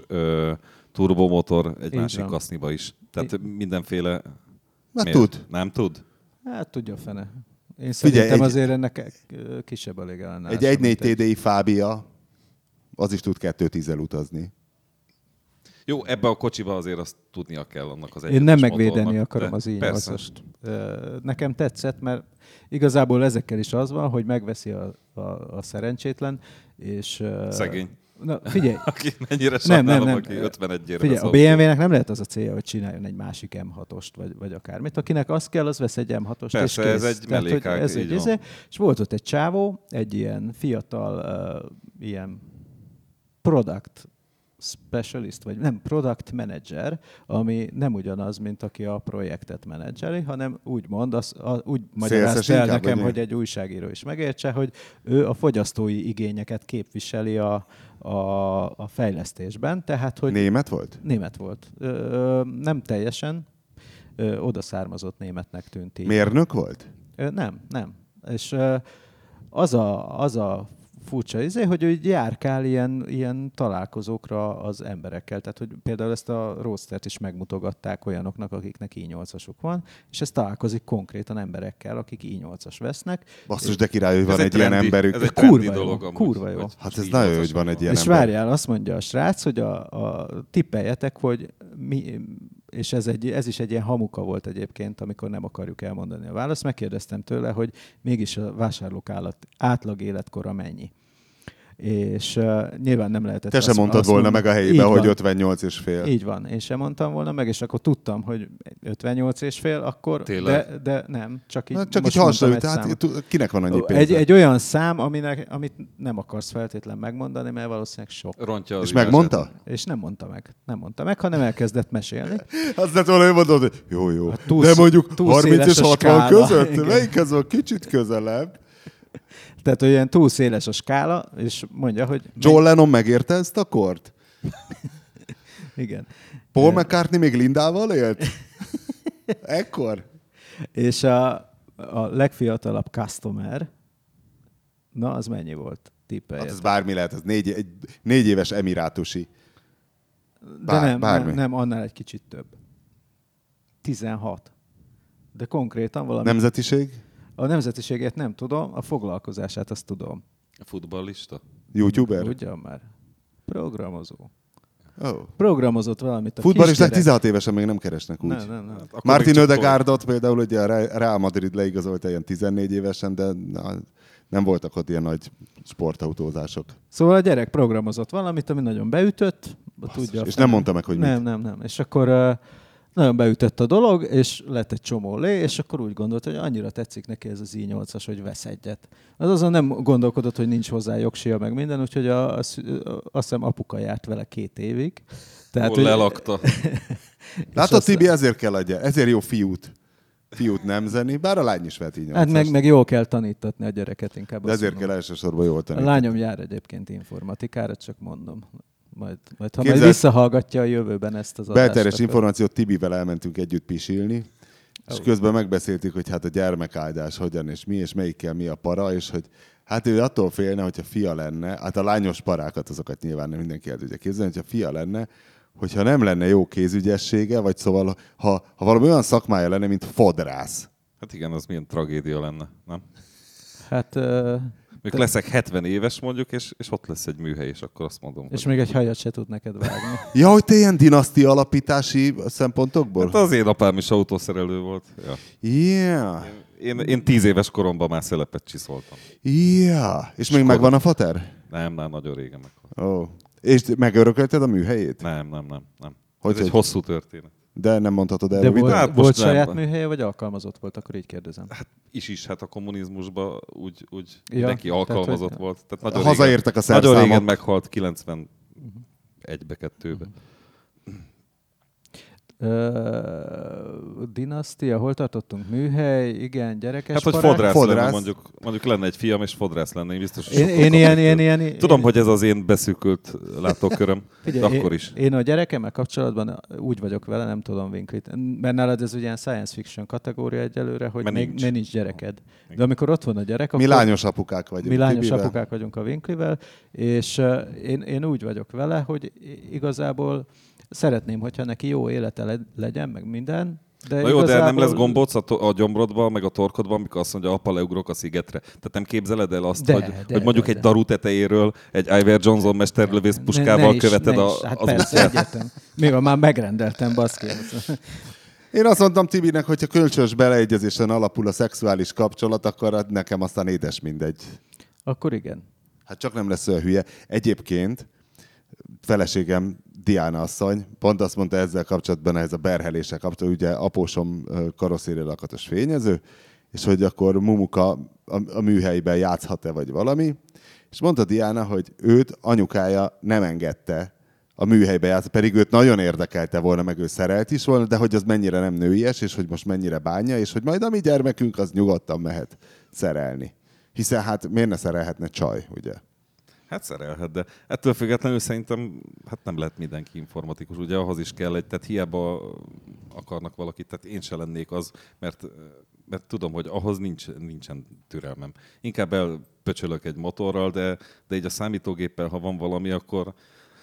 turbomotor egy másik kaszniba is. Tehát mindenféle... Tud. Nem tud? Hát tudja fene. Én szerintem azért ennek kisebb a légállás. Egy 1.4 TDI Fabia, az is tud 2.10-zel utazni. Jó, ebbe a kocsiba azért azt tudnia kell annak az Én nem megvédeni akarom az i8-ast. Nekem tetszett, mert igazából ezekkel is az van, hogy megveszi a szerencsétlen, és... Szegény. Na, figyelj. Aki mennyire sajnálom, aki 51-ére figyelj, a BMW-nek nem lehet az a célja, hogy csináljon egy másik M6-ost, vagy akármit. Akinek az kell, az vesz egy M6-ost, persze, és kész. Ez egy mellékág, és volt ott egy csávó, egy ilyen fiatal, ilyen product specialist, vagy nem, product manager, ami nem ugyanaz, mint aki a projektet menedzseli, hanem úgy magyarázta el nekem, hogy egy újságíró is megértse, hogy ő a fogyasztói igényeket képviseli a fejlesztésben. Tehát, hogy Német volt? Német volt. Nem teljesen. Oda származott németnek tűnt így. Mérnök volt? Nem. És az a furcsa hogy ő járkál ilyen találkozókra az emberekkel. Tehát, hogy például ezt a Roadstert is megmutogatták olyanoknak, akiknek i8-asuk van, és ez találkozik konkrétan emberekkel, akik i8-as vesznek. Basszus, de király, hogy van egy ilyen emberük. Ez egy kurva jó. Hát ez nagyon jó, hogy van egy ilyen ember. És várjál, azt mondja a srác, hogy tippeljetek, hogy mi, és ez is egy ilyen hamuka volt egyébként, amikor nem akarjuk elmondani a választ. Megkérdeztem tőle, hogy mégis a vásárlók átlag életkora mennyi. És nyilván nem lehetett... Te sem mondtad volna meg a helyébe, hogy 58 és fél. Így van, én sem mondtam volna meg, és akkor tudtam, hogy 58 és fél, akkor... De nem, csak így csak így hasonlít, hát kinek van annyi pénze? Egy olyan szám, amit nem akarsz feltétlen megmondani, mert valószínűleg sok. Rontja az és megmondta? És nem mondta meg, hanem elkezdett mesélni. Azt lett volna, hogy mondod, hogy jó. De mondjuk 30 és 60 között? Melyik ez a kicsit közelebb? Tehát, hogy ilyen túl széles a skála, és mondja, hogy... John Lennon megérte ezt a kort? Igen. Paul McCartney még Lindával élt? Ekkor? És a legfiatalabb customer, na, az mennyi volt? Tippeljetek. Hát ez bármi lehet, ez 4 éves emirátusi. De nem, annál egy kicsit több. 16. De konkrétan valami... Nemzetiség? A nemzetiségét nem tudom, a foglalkozását azt tudom. A futballista? YouTuber? Ugyan már. Programozó. Oh. Programozott valamit a Futballisták 16 évesen még nem keresnek úgy. Nem. Martin Ödegaardot például ugye a Real Madrid leigazolta ilyen 14 évesen, de nem voltak ott ilyen nagy sportautózások. Szóval a gyerek programozott valamit, ami nagyon beütött. Tudja, és nem mondta meg, hogy mit. Nem. És akkor nagyon beütött a dolog, és lett egy csomó lé, és akkor úgy gondolt, hogy annyira tetszik neki ez az i8-as, hogy vesz egyet. Azon nem gondolkodott, hogy nincs hozzá jogsia, meg minden, úgyhogy azt hiszem apuka járt vele 2 évig. Tehát, lelakta. Látod, Tibi, ezért kell adja. Ezért jó fiút nem zeni, bár a lány is vett i8-ast. Hát meg jól kell tanítatni a gyereket inkább. De ezért kell elsősorban jól tanítatni. A lányom jár egyébként informatikára, csak mondom. Majd ha majd visszahallgatja a jövőben ezt az adást. Belterjes információt, Tibivel elmentünk együtt pisilni, és közben megbeszéltük, hogy hát a gyermekáldás hogyan és mi, és melyikkel mi a para, és hogy hát ő attól félne, hogyha fia lenne, hát a lányos parákat, azokat nyilván nem mindenki el tudja képzelni, hogyha fia lenne, hogyha nem lenne jó kézügyessége, vagy szóval, ha valami olyan szakmája lenne, mint fodrász. Hát igen, az milyen tragédia lenne, nem? Hát... Még leszek 70 éves mondjuk, és ott lesz egy műhely, és akkor azt mondom. És még egy hajat se tud neked vágni. Ja, hogy te ilyen dinasztia alapítási szempontokból? Hát az én apám is autószerelő volt. Ja. Yeah. Én 10 éves koromban már szelepet csiszoltam. Yeah. És még megvan a fater? Nem, nagyon régen meghalt. Oh. És megörökölted a műhelyét? Nem. Hogy Ez egy hosszú történet. De nem mondhatod el. De röviden? volt saját műhelye, vagy alkalmazott volt? Akkor így kérdezem. Hát hát a kommunizmusban úgy mindenki alkalmazott volt. Tehát nagyon hazaértek a szerszámok. Nagyon régen meghalt, 91-be, 2-be. Dinasztia, hol tartottunk? Műhely, igen, gyerekes hát, hogy fodrász. Mondjuk lenne egy fiam, és fodrász lenne, én biztos, hogy én ilyen... Tudom, hogy ez az én beszűkült látóköröm, de akkor is. Én a gyerekemmel kapcsolatban úgy vagyok vele, nem tudom, Vinklit, mert nálad ez ugye science fiction kategória egyelőre, hogy még nincs gyereked. De amikor ott van a gyerek, mi lányos apukák vagyunk. Mi lányos apukák vagyunk a Vinklivel, és én úgy vagyok vele, hogy igazából szeretném, hogyha neki jó élete legyen, meg minden. De jó, de nem lesz gombóc a gyomrodban, meg a torkodban, amikor azt mondja, apa, leugrok a szigetre. Tehát nem képzeled el azt, hogy mondjuk egy daru tetejéről egy Iver Johnson mesterlövész puskával követed az útját. Még már megrendeltem, baszki. Én azt mondtam Tibinek, hogyha kölcsönös beleegyezésen alapul a szexuális kapcsolat, akkor nekem aztán édes mindegy. Akkor igen. Hát csak nem lesz olyan hülye. Egyébként feleségem Diana asszony pont azt mondta ezzel kapcsolatban, ez a berheléssel kapcsolatban, ugye apósom karosszéria lakatos fényező, és hogy akkor Mumuka a műhelyben játszhat-e, vagy valami. És mondta Diana, hogy őt anyukája nem engedte a műhelybe játszani, pedig őt nagyon érdekelte volna, meg ő szerelt is volna, de hogy az mennyire nem nőies, és hogy most mennyire bánja, és hogy majd a mi gyermekünk az nyugodtan mehet szerelni. Hiszen hát miért ne szerelhetne csaj, ugye? Hát szerelhet, de ettől függetlenül szerintem hát nem lehet mindenki informatikus. Ugye ahhoz is kell tehát hiába akarnak valakit, tehát én se lennék az, mert tudom, hogy ahhoz nincsen türelmem. Inkább elpöcsölök egy motorral, de így a számítógéppel, ha van valami, akkor...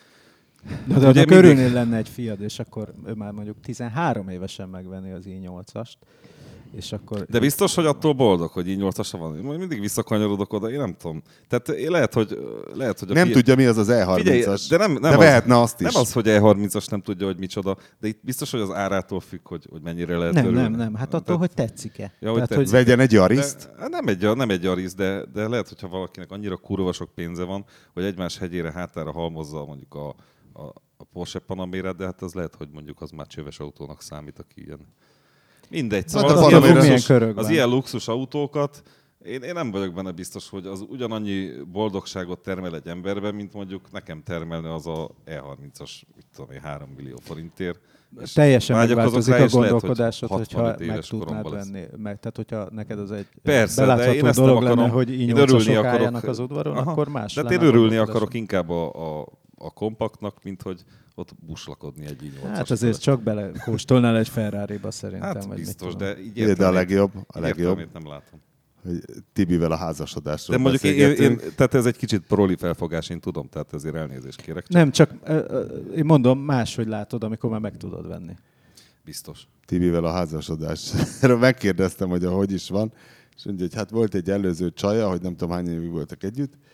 De ugye körülnél lenne egy fiad, és akkor ő már mondjuk 13 évesen megvenni az i8-ast. És akkor... De biztos, hogy attól boldog, hogy így 8-asa van. Mindig visszakanyarodok oda, én nem tudom. Tehát lehet, hogy a nem tudja, mi az az E30-as. Figyelj, de vehetne azt is. Nem az, hogy E30-as nem tudja, hogy micsoda, de itt biztos, hogy az árától függ, hogy mennyire lehet örülni. Nem. Hát attól, hogy tetszik-e. Ja, hogy tetszik. Vegyen egy Yariszt? Nem egy Yaris, de lehet, hogyha valakinek annyira kurva sok pénze van, hogy egymás hegyére hátára halmozza mondjuk a Porsche Panamérát, de hát az lehet, hogy mondjuk az már csöves autónak számít, aki ilyen... Mindegy, szóval az ilyen luxus autókat, én nem vagyok benne biztos, hogy az ugyanannyi boldogságot termel egy emberben, mint mondjuk nekem termelne az a E30-as, 3 millió forintért. Teljesen megváltozik a gondolkodásod, hogyha meg tudnád venni. Tehát, hogyha neked az egy belátható dolog lenne, hogy i8-asok álljanak az udvaron, akkor más lenne. Tehát én örülni akarok inkább a kompaktnak, mint hogy ott buslakodni egy i8-as. Hát azért csak belekóstolnál egy Ferrari-ba szerintem. Hát biztos, de így de a legjobb. Nem látom. Hogy Tibivel a házasodásról de mondjuk tehát ez egy kicsit proli felfogás, én tudom, tehát ezért elnézést kérek. Nem, csak én mondom, máshogy látod, amikor már meg tudod venni. Biztos. Tibivel a házasodás. Erről megkérdeztem, hogy ahogy is van, és mondja, hogy hát volt egy előző csaja, hogy nem tudom hány évig voltak együtt,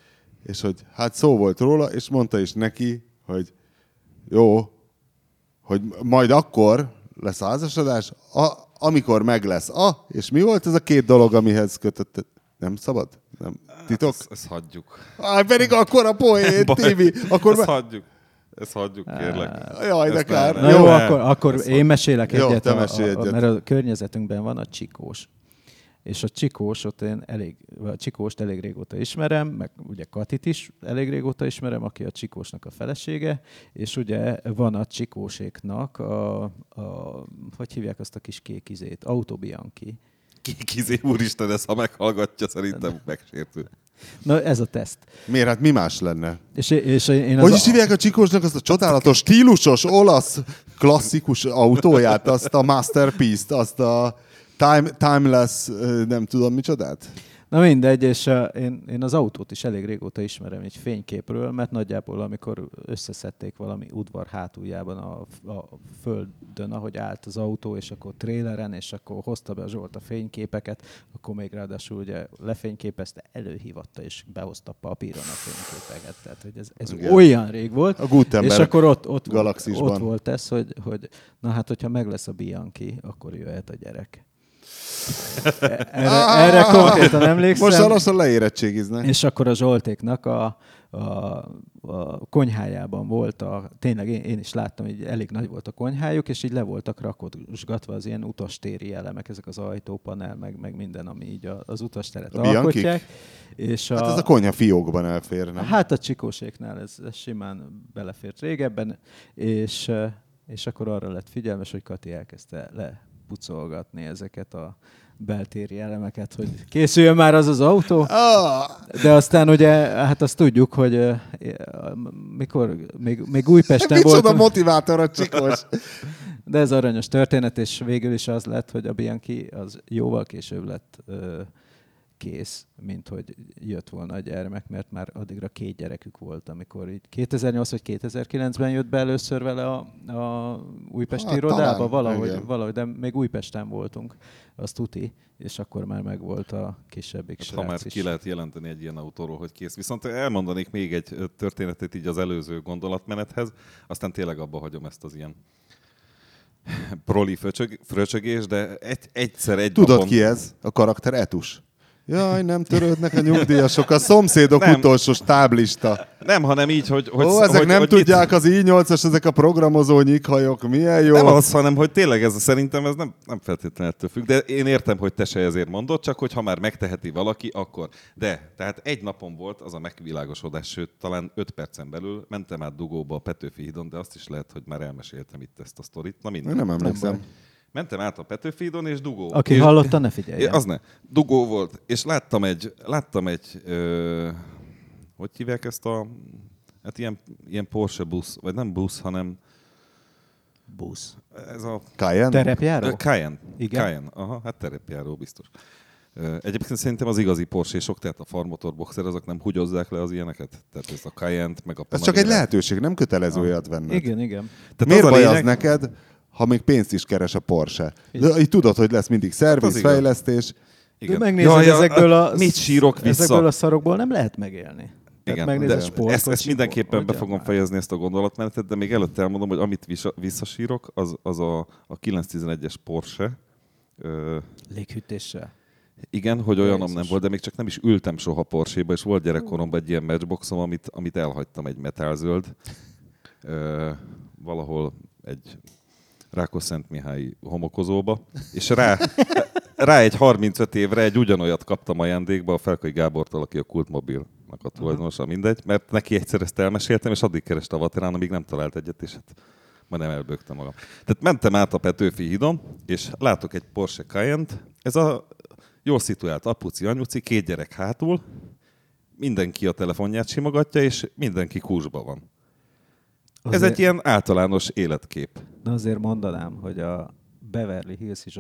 és hogy hát szó volt róla, és mondta is neki, hogy jó, hogy majd akkor lesz a házasodás, amikor meg lesz és mi volt ez a 2 dolog, amihez kötött? Nem szabad? Nem. Titok? Ezt hagyjuk. Pedig akkor a poén, Tibi. Akkor Ezt hagyjuk, kérlek. Jaj, de kár. Na jó, akkor én mesélek egyet, egyet. mert a környezetünkben van a Csikós. És a Csikósot Csikóst elég régóta ismerem, meg ugye Katit is elég régóta ismerem, aki a Csikósnak a felesége, és ugye van a Csikóséknak hogy hívják azt a kis kék izét? Autobianchi. Kék izé, úristen, ezt ha meghallgatja, szerintem megsértő. Na ez a teszt. Miért? Hát mi más lenne? És én hogy is hívják a Csikósnak azt a csodálatos, stílusos, olasz, klasszikus autóját, azt a Masterpiece-t, azt a timeless, nem tudom micsodát? Na mindegy, és én az autót is elég régóta ismerem egy fényképről, mert nagyjából amikor összeszedték valami udvar hátuljában a földön, ahogy állt az autó, és akkor tréleren, és akkor hozta be a Zsolt a fényképeket, akkor még ráadásul ugye lefényképezte, előhívatta, és behozta papíron a fényképeket. Tehát, hogy ez olyan rég volt. A Gutenberg és akkor ott galaxisban. volt ez, hogy na hát, hogyha meg lesz a Bianchi, akkor jöhet a gyerek. Erre konkrétan emlékszem. Most lassan leérettségiznek. És akkor a Zsoltéknak a konyhájában volt, tényleg én is láttam, hogy elég nagy volt a konyhájuk, és így le voltak rakosgatva az ilyen utastéri elemek, ezek az ajtópanel, meg minden, ami így az utasteret alkotják. És hát ez a konyha fiókban elfér, nem? Hát a Csikóséknál ez simán belefért régebben, és akkor arra lett figyelmes, hogy Kati elkezdte lepucolgatni ezeket a beltéri elemeket, hogy készüljön már az autó. De aztán ugye, hát azt tudjuk, hogy mikor még Újpesten volt. Micsoda motivátor a Csikós. De ez aranyos történet, és végül is az lett, hogy a Bianchi az jóval később lett kész, mint hogy jött volna a gyermek, mert már addigra 2 gyerekük volt, amikor így 2008 vagy 2009-ben jött be először vele a újpesti irodába, valahogy, de még Újpesten voltunk, az tuti, és akkor már megvolt a kisebbik srác ha már is. ki lehet jelenteni egy ilyen autóról, hogy kész. Viszont elmondanék még egy történetet így az előző gondolatmenethez, aztán tényleg abba hagyom ezt az ilyen proli fröcsögés, de egyszer egy Tudod napon... ki ez? A karakter Etus. Jaj, nem törődnek a nyugdíjasok, a szomszédok utolsó táblista. Nem, hanem így, hogy ezek nem tudják, az i8-as, ezek a programozó nyikhajok, milyen jó. Nem az, hanem hogy tényleg szerintem ez nem feltétlenül ettől függ, de én értem, hogy te se ezért mondod, csak hogy ha már megteheti valaki, akkor. De, tehát egy napon volt az a megvilágosodás, sőt, talán 5 percen belül mentem át Dugóba a Petőfi hídon, de azt is lehet, hogy már elmeséltem itt ezt a sztorit. Na minden. Nem emlékszem. Mentem át a Petőfi hídon, és Dugó. Aki hallotta, ne figyeljen. Az ne. Dugó volt, és láttam egy hogy hívják ezt hát ilyen Porsche busz, vagy nem busz, hanem busz. Ez a Cayenne? Terepjáró? Cayenne. Igen. Cayenne. Aha, hát terepjáró biztos. Egyébként szerintem az igazi Porsche-sok, tehát a Farmotor Boxer, azok nem hugyozzák le az ilyeneket? Tehát ez a Cayenne-t, meg a Ez csak egy lehetőség, nem kötelező olyat venned. Igen. Tehát miért baj az neked, ha még pénzt is keres a Porsche? De így tudod, hogy lesz mindig szerviz, fejlesztés. Igen. Megnézed, ezekből a szarokból nem lehet megélni. Igen, de ezt mindenképpen be fogom fejezni ezt a gondolatmenetet, de még előtte elmondom, hogy amit visszasírok, az a 911-es Porsche. Léghűtéssel. Igen, hogy olyanom nem volt, de még csak nem is ültem soha Porsche-ba, és volt gyerekkoromban egy ilyen matchboxom, amit elhagytam egy metálzöld. Valahol egy Rákosszentmihályi homokozóba, és rá egy 35 évre egy ugyanolyat kaptam ajándékba a Felkai Gábortól, aki a Kultmobilnak a tulajdonosa, mindegy, mert neki egyszer ezt elmeséltem, és addig kereste a vaterán, amíg nem talált egyet, és hát majdnem elbögtem magam. Tehát mentem át a Petőfi hídon, és látok egy Porsche Cayenne-t, ez a jól szituált apuci, anyuci, 2 gyerek hátul, mindenki a telefonját simogatja, és mindenki kúsba van. Ez egy ilyen általános életkép. De azért mondanám, hogy a Beverly Hills-i zsaru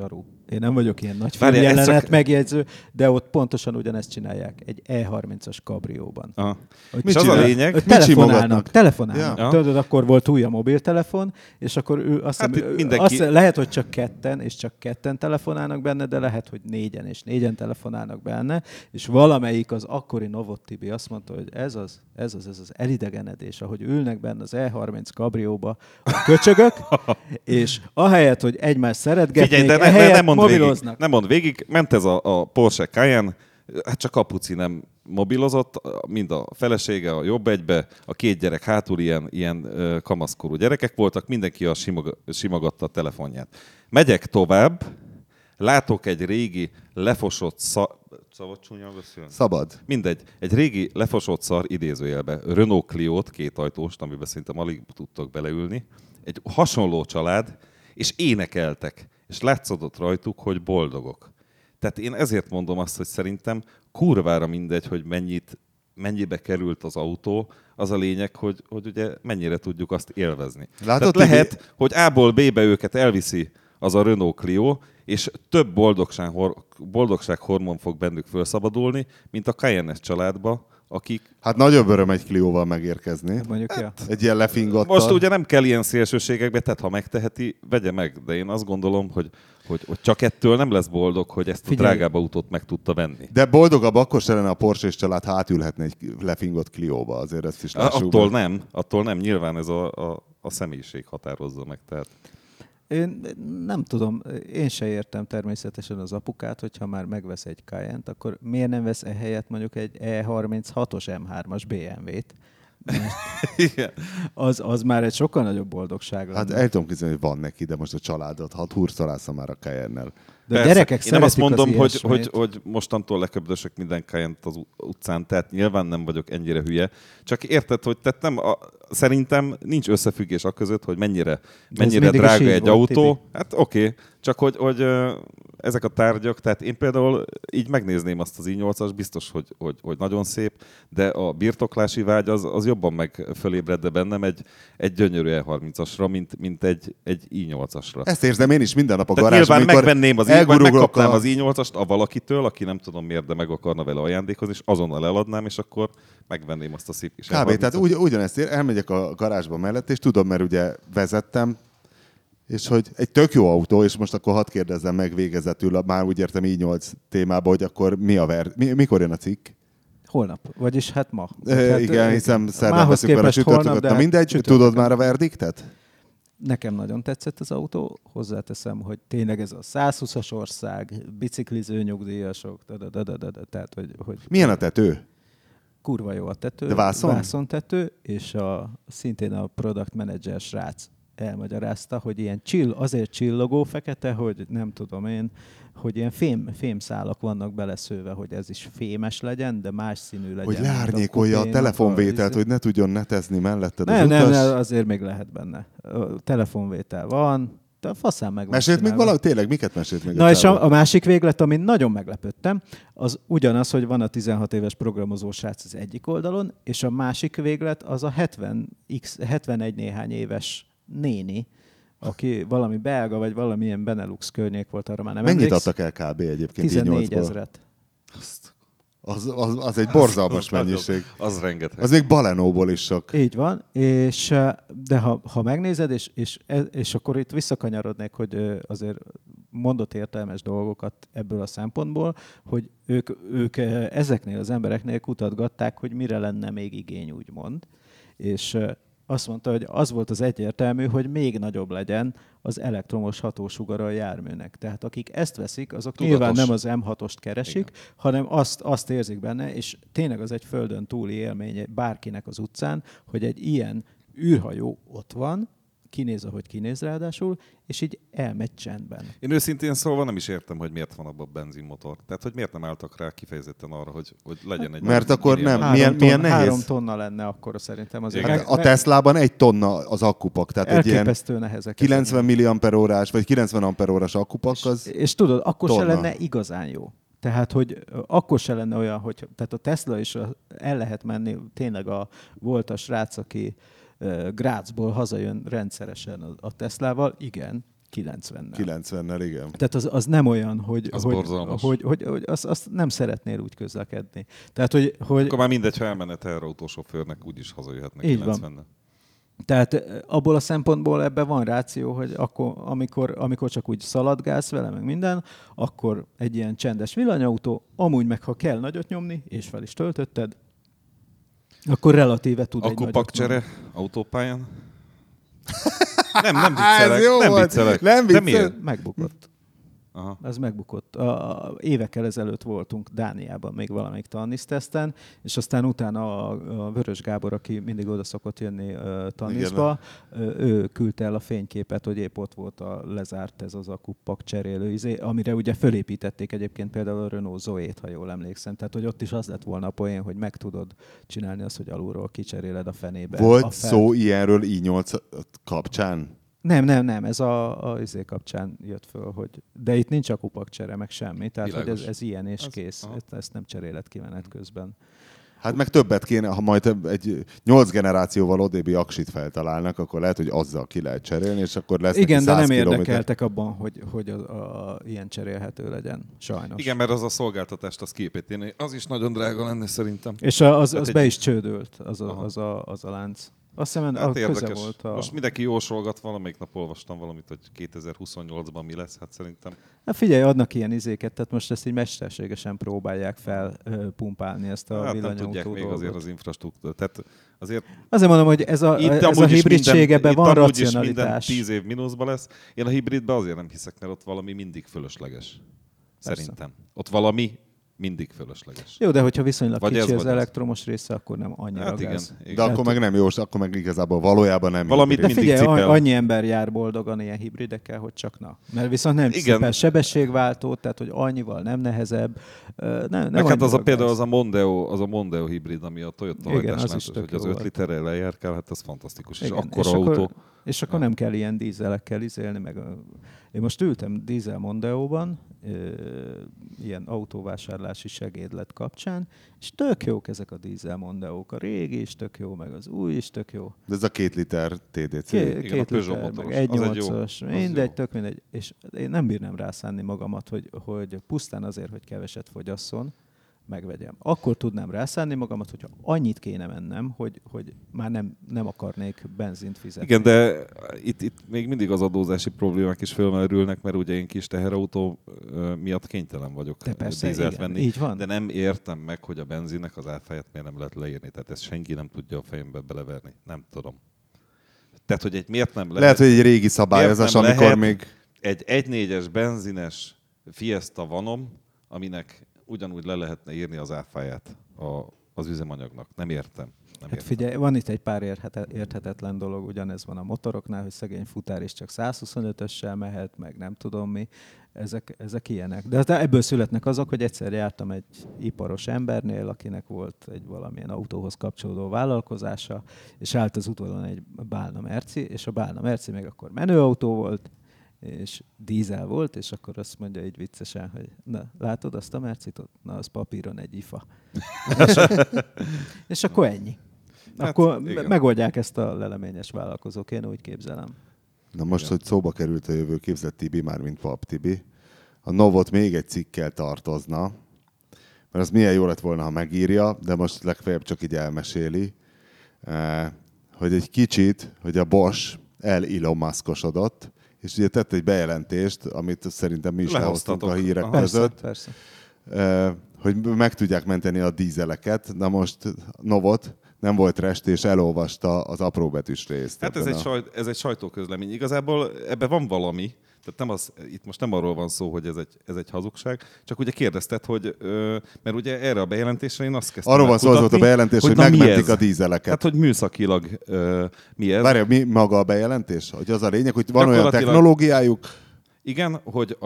Én nem vagyok ilyen nagy filmjelenet megjegyző, de ott pontosan ugyanezt csinálják egy E30-as kabrióban. És az a lényeg, telefonálnak. Ja. Tudod, akkor volt új a mobiltelefon, és akkor ő azt lehet, hogy csak ketten telefonálnak benne, de lehet, hogy négyen telefonálnak benne, és valamelyik az akkori Novottibi azt mondta, hogy ez az elidegenedés, ahogy ülnek benne az E30 kabrióba a köcsögök, és ahelyett, hogy egymást szeretgetnék, ehelyett mobiloznak. Nem mond végig, ment ez a Porsche Cayenne, hát csak Kapuci nem mobilozott, mind a felesége a jobb egybe, a két gyerek hátul ilyen kamaszkorú gyerekek voltak, mindenki simogatta a telefonját. Megyek tovább, látok egy régi lefosott szabad csúnya beszélni? Szabad. Mindegy. Egy régi lefosott szar idézőjelbe Renault Clio-t, kétajtóst, amiben szerintem alig tudtok beleülni. Egy hasonló család, és énekeltek. És látszódott rajtuk, hogy boldogok. Tehát én ezért mondom azt, hogy szerintem kurvára mindegy, hogy mennyibe került az autó, az a lényeg, hogy ugye mennyire tudjuk azt élvezni. Tehát lehet, hogy A-ból B-be őket elviszi az a Renault Clio, és több boldogsághormon fog bennük felszabadulni, mint a Cayenne-es családba, akik... Hát nagyobb öröm egy Clióval megérkezni. Egy ilyen lefingottal. Most ugye nem kell ilyen szélsőségekbe, tehát ha megteheti, vegye meg. De én azt gondolom, hogy csak ettől nem lesz boldog, hogy ezt a drágább autót meg tudta venni. De boldogabb akkor se lenne a Porsche-s család, ha átülhetne egy lefingott Clióba. Azért ezt is lássuk. Attól nem. Nyilván ez a személyiség határozza meg. Tehát... Én nem tudom, én se értem természetesen az apukát, hogyha már megvesz egy Cayenne-t, akkor miért nem vesz ehelyett mondjuk egy E36-os M3-as BMW-t? Az már egy sokkal nagyobb boldogság lenne. Hát el tudom képzelni, hogy van neki, de most a családot, ha hurcolásza már a Cayenne-nel. De a gyerekek én nem azt mondom, hogy mostantól leköbdösök minden Cayenne-t az utcán, tehát nyilván nem vagyok ennyire hülye. Csak érted, hogy szerintem nincs összefüggés a között, hogy mennyire drága egy autó. Tibi. Hát oké, csak hogy ezek a tárgyak, tehát én például így megnézném azt az i8-as, biztos, hogy nagyon szép, de a birtoklási vágy az jobban fölébredne bennem egy gyönyörű E30-asra, mint egy i8-asra. Ezt érzem én is minden nap a garázsban. Nyilván megkapnám az i8-ast a valakitől, aki nem tudom miért, de meg akarna vele ajándékozni, és azonnal eladnám, és akkor megvenném azt a szép kis E30-at. Tehát ugyanezt elmegyek a garázsba mellett, és tudom, mert ugye vezettem, és hogy egy tök jó autó, és most akkor hadd kérdezzem meg végezetül, már úgy értem i8 témába, hogy akkor mikor jön a cikk? Holnap, vagyis hát ma. Igen, hiszen szerdán veszünk vele csütörtököt. Na mindegy, tudod már a verdiktet? Nekem nagyon tetszett az autó, hozzáteszem, hogy tényleg ez a 120-as ország, bicikliző nyugdíjasok, tehát hogy... Milyen a tető? Kurva jó a tető. De vászon tető, és szintén a product manager srác elmagyarázta, hogy ilyen azért csillogó fekete, hogy nem tudom én, hogy ilyen fémszálak vannak beleszőve, hogy ez is fémes legyen, de más színű legyen. Hogy leárnyékolja a telefonvételt, hogy ne tudjon netezni melletted az utas. Nem, azért még lehet benne. A telefonvétel van, de a faszán meg van. Mesélt még valami? Tényleg, miket mesélt még? Na és a másik véglet, amin nagyon meglepődtem, az ugyanaz, hogy van a 16 éves programozó srác az egyik oldalon, és a másik véglet az a 71 néhány éves néni, aki valami belga, vagy valamilyen Benelux környék volt, arra már nem Mennyit adtak el kb. Egyébként 14 000. Az egy borzalmas mennyiség. Az rengeteg. Az még Balenóból is sok. Így van, de ha megnézed, és akkor itt visszakanyarodnék, hogy azért mondott értelmes dolgokat ebből a szempontból, hogy ők ezeknél az embereknél kutatgatták, hogy mire lenne még igény, úgymond. És azt mondta, hogy az volt az egyértelmű, hogy még nagyobb legyen az elektromos hatósugara a járműnek. Tehát akik ezt veszik, azok nyilván nem az M6-ost keresik, igen, hanem azt érzik benne, és tényleg az egy földön túli élmény bárkinek az utcán, hogy egy ilyen űrhajó ott van, kinéz, ahogy kinéz ráadásul, és így elmegy csendben. Én őszintén szólva nem is értem, hogy miért van abban benzinmotor. Tehát, hogy miért nem álltak rá kifejezetten arra, hogy legyen egy... Mert akkor nem. Milyen nehéz? 3 tonna lenne akkor szerintem. Hát a Teslában 1 tonna az akkupak. Tehát elképesztő egy ilyen nehezek. 90 milliamperórás, vagy 90 amperórás akkupak az... És tudod, akkor tonna se lenne igazán jó. Tehát, hogy akkor se lenne olyan, hogy... Tehát a Tesla is el lehet menni, tényleg volt a srác, aki Grazból hazajön rendszeresen a Teslával, igen, 90-nel. 90-nel, igen. Tehát az nem olyan, hogy azt nem szeretnél úgy közlekedni. Tehát, hogy akkor már mindegy, ha elmenne teherautósofőrnek, úgyis hazajöhetnek 90-nel. Tehát abból a szempontból ebben van ráció, hogy akkor, amikor csak úgy szaladgálsz vele, meg minden, akkor egy ilyen csendes villanyautó, amúgy meg ha kell nagyot nyomni, és fel is töltötted, akkor relatíve tud egy nagyot pakcsere autópályán? nem viccelek. Nem viccelek. Megbukott. Aha. Ez megbukott. Évekkel ezelőtt voltunk Dániában még valamelyik tanniszteszten, és aztán utána a Vörös Gábor, aki mindig oda szokott jönni tanniszba, ő küldte el a fényképet, hogy épp ott volt lezárt ez az akupak cserélő, amire ugye fölépítették egyébként például a Renault Zoe-t, ha jól emlékszem. Tehát, hogy ott is az lett volna a poén, hogy meg tudod csinálni azt, hogy alulról kicseréled a fenébe. Volt szó ilyenről i8 kapcsán? Nem, ez a kapcsán jött föl, hogy de itt nincs akupakcsere, meg semmi, tehát világos. hogy ez ilyen és kész. Ezt nem cseréled ki menet közben. Hát meg többet kéne, ha majd egy 8 generációval odébi aksit feltalálnak, akkor lehet, hogy azzal ki lehet cserélni, és akkor lesz igen, neki 100 de nem kilométer. érdekeltek abban, hogy ilyen cserélhető legyen, sajnos. Igen, mert az a szolgáltatást az képíteni, az is nagyon drága lenne szerintem. És az be is csődölt, az a lánc. Azt hiszem, hát köze volt Most mindenki jósolgat, valamelyik nap olvastam valamit, hogy 2028-ban mi lesz, hát szerintem. Hát figyelj, adnak ilyen izéket, tehát most ezt így mesterségesen próbálják felpumpálni ezt a villanyautót. Nem tudják még azért az infrastruktúrát. Tehát azért mondom, hogy ez a hibridség, ebben van racionalitás. Minden 10 év mínuszban lesz. Én a hibridben azért nem hiszek, mert ott valami mindig fölösleges. Persze. Szerintem. Ott valami mindig fölösleges. Jó, de hogyha viszonylag vagy kicsi ez, az elektromos része, akkor nem annyira hát gáz. igen. De akkor meg nem jó, akkor meg igazából valójában nem. Valamit de mindig figyelj, cipel. annyi ember jár boldogan ilyen hibridekkel, hogy csak na. Mert viszont nem cipel sebességváltó, tehát hogy annyival nem nehezebb. Nem hát az például az a Mondeo hibrid, ami a Toyota hajtás, hogy az 5 literrel lejár kell, hát az fantasztikus. Igen. És akkora autó. És akkor nem kell ilyen dízelekkel izélni, meg én most ültem dízel Mondeóban, ilyen autóvásárlási segédlet kapcsán, és tök jók ezek a dízel Mondeók. A régi is tök jó, meg az új is tök jó. De ez a 2 liter TDC. 2 liter, meg 1.8-as, mindegy, tök mindegy. És én nem bírnám rászánni magamat, hogy pusztán azért, hogy keveset fogyasszon, megvegyem. Akkor tudnám rászánni magamat, hogyha annyit kéne mennem, hogy már nem akarnék benzint fizetni. Igen, de itt még mindig az adózási problémák is felmerülnek, mert ugye én kis teherautó miatt kénytelen vagyok dízelt venni. Így van. De nem értem meg, hogy a benzinnek az áfáját miért nem lehet leírni. Tehát ezt senki nem tudja a fejembe beleverni. Nem tudom. Tehát, hogy miért nem lehet... Lehet, hogy egy régi szabályozás, amikor még... Egy 1.4-es benzines Fiesta vanom, aminek ugyanúgy le lehetne írni az áfáját az üzemanyagnak. Nem értem. Figyelj, van itt egy pár érthetetlen dolog, ugyanez van a motoroknál, hogy szegény futár is csak 125-össel mehet, meg nem tudom mi. Ezek ilyenek. De ebből születnek azok, hogy egyszer jártam egy iparos embernél, akinek volt egy valamilyen autóhoz kapcsolódó vállalkozása, és állt az udvaron egy Bálna Merci, és a Bálna Merci még akkor menőautó volt, és dízel volt, és akkor azt mondja így viccesen, hogy na, látod azt a Mercit ott? Na, az papíron egy IFA. és akkor ennyi. Akkor megoldják ezt a leleményes vállalkozók, én úgy képzelem. Na most, hogy szóba került a jövő, képzett Tibi, már mint Pap Tibi, a Novot még egy cikkkel tartozna, mert az milyen jó lett volna, ha megírja, de most legfeljebb csak így elmeséli, hogy egy kicsit, hogy a Bosch Elon Muskosodott, és ugye tett egy bejelentést, amit szerintem mi is lehoztunk a hírek között, persze. Hogy meg tudják menteni a dízeleket. Na most Novot nem volt rest, és elolvasta az apróbetűs részt. Hát ez egy sajtóközlemény. Igazából ebben van valami, tehát itt most nem arról van szó, hogy ez egy hazugság, csak ugye kérdezted, hogy, mert ugye erre a bejelentésre én azt kezdtem arról van szó, az volt a bejelentés, hogy megmentik a dízeleket. Hát, hogy műszakilag mi ez? Várjál, mi maga a bejelentés? Hogy az a lényeg, hogy van olyan technológiájuk? Igen, hogy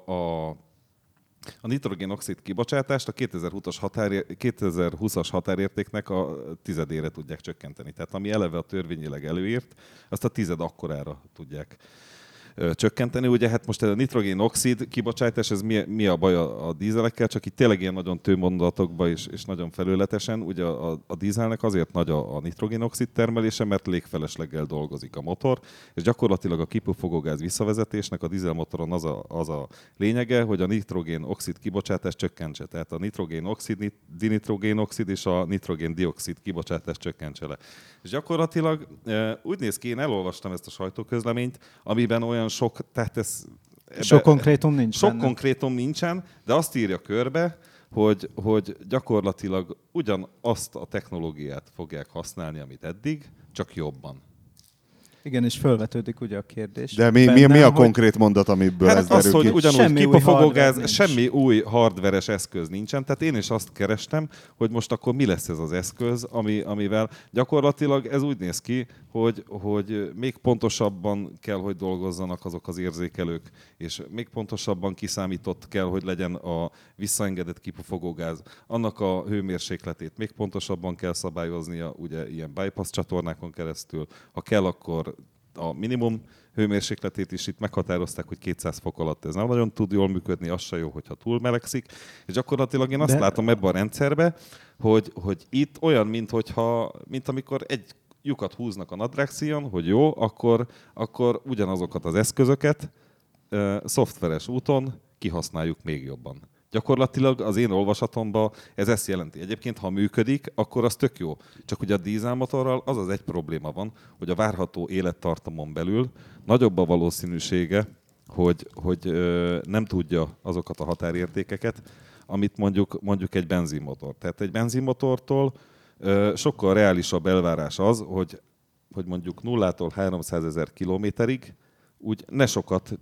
a nitrogén-oxid kibocsátást a 2020-as határértéknek a 10-ére tudják csökkenteni. Tehát ami eleve a törvényileg előírt, azt a 10 akkorára tudják csökkenteni. Ugye hát most a nitrogén-oxid kibocsátás, ez mi a baj a dízelekkel, csak itt tényleg ilyen nagyon tőmondatokban és nagyon felületesen. Ugye a dízelnek azért nagy a nitrogén-oxid termelése, mert légfelesleggel dolgozik a motor, és gyakorlatilag a kipufogógáz visszavezetésnek a dízelmotoron az a lényege, hogy a nitrogén-oxid kibocsátás csökkentse. Tehát a nitrogén-oxid, dinitrogén-oxid és a nitrogén-dioxid kibocsátás csökkentse le. És gyakorlatilag úgy néz ki, én elolvastam ezt a sajtóközleményt, amiben olyan sok, tehát sok konkrétum nincs Sok benne. konkrétum nincsen, de azt írja körbe, hogy gyakorlatilag ugyanazt a technológiát fogják használni, amit eddig, csak jobban. Igen, és felvetődik ugye a kérdés. De mi a konkrét mondat, amiből ez derül hogy ki? ugyanúgy kipufogógáz, semmi új hardveres eszköz nincsen, tehát én is azt kerestem, hogy most akkor mi lesz ez az eszköz, amivel gyakorlatilag ez úgy néz ki, hogy még pontosabban kell, hogy dolgozzanak azok az érzékelők, és még pontosabban kiszámított kell, hogy legyen a visszaengedett kipufogógáz. Annak a hőmérsékletét még pontosabban kell szabályoznia, ugye ilyen bypass csatornákon keresztül. Ha kell, akkor a minimum hőmérsékletét is itt meghatározták, hogy 200 fok alatt ez nem nagyon tud jól működni, az se jó, hogyha túl melegszik. És gyakorlatilag én azt látom ebben a rendszerben, hogy itt olyan, mint amikor egy lyukat húznak a nadrágszíjon, hogy jó, akkor ugyanazokat az eszközöket szoftveres úton kihasználjuk még jobban. Gyakorlatilag az én olvasatomban ez ezt jelenti. Egyébként, ha működik, akkor az tök jó. Csak ugye a dízelmotorral az egy probléma van, hogy a várható élettartamon belül nagyobb a valószínűsége, hogy nem tudja azokat a határértékeket, amit mondjuk egy benzinmotor. Tehát egy benzinmotortól sokkal reálisabb elvárás az, hogy mondjuk 0-tól 300 000 kilométerig úgy ne sokat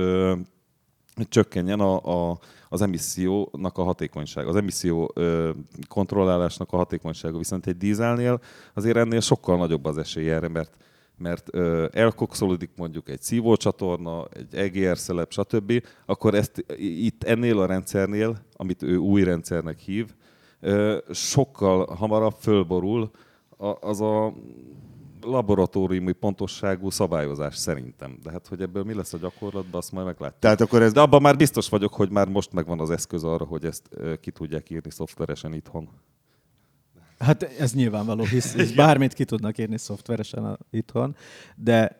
csökkenjen az emissziónak a hatékonysága, az emisszió kontrollálásnak a hatékonysága. Viszont egy dízelnél azért ennél sokkal nagyobb az esély erre, mert elkokszolódik mondjuk egy szívócsatorna, egy EGR-szelep, stb., akkor ezt itt ennél a rendszernél, amit ő új rendszernek hív, sokkal hamarabb fölborul az a laboratóriumi pontosságú szabályozás szerintem. De hát, hogy ebből mi lesz a gyakorlatban, azt majd meglátjuk. Tehát akkor De abban már biztos vagyok, hogy már most megvan az eszköz arra, hogy ezt ki tudják írni szoftveresen itthon. Hát ez nyilvánvaló, hisz bármit ki tudnak írni szoftveresen itthon, de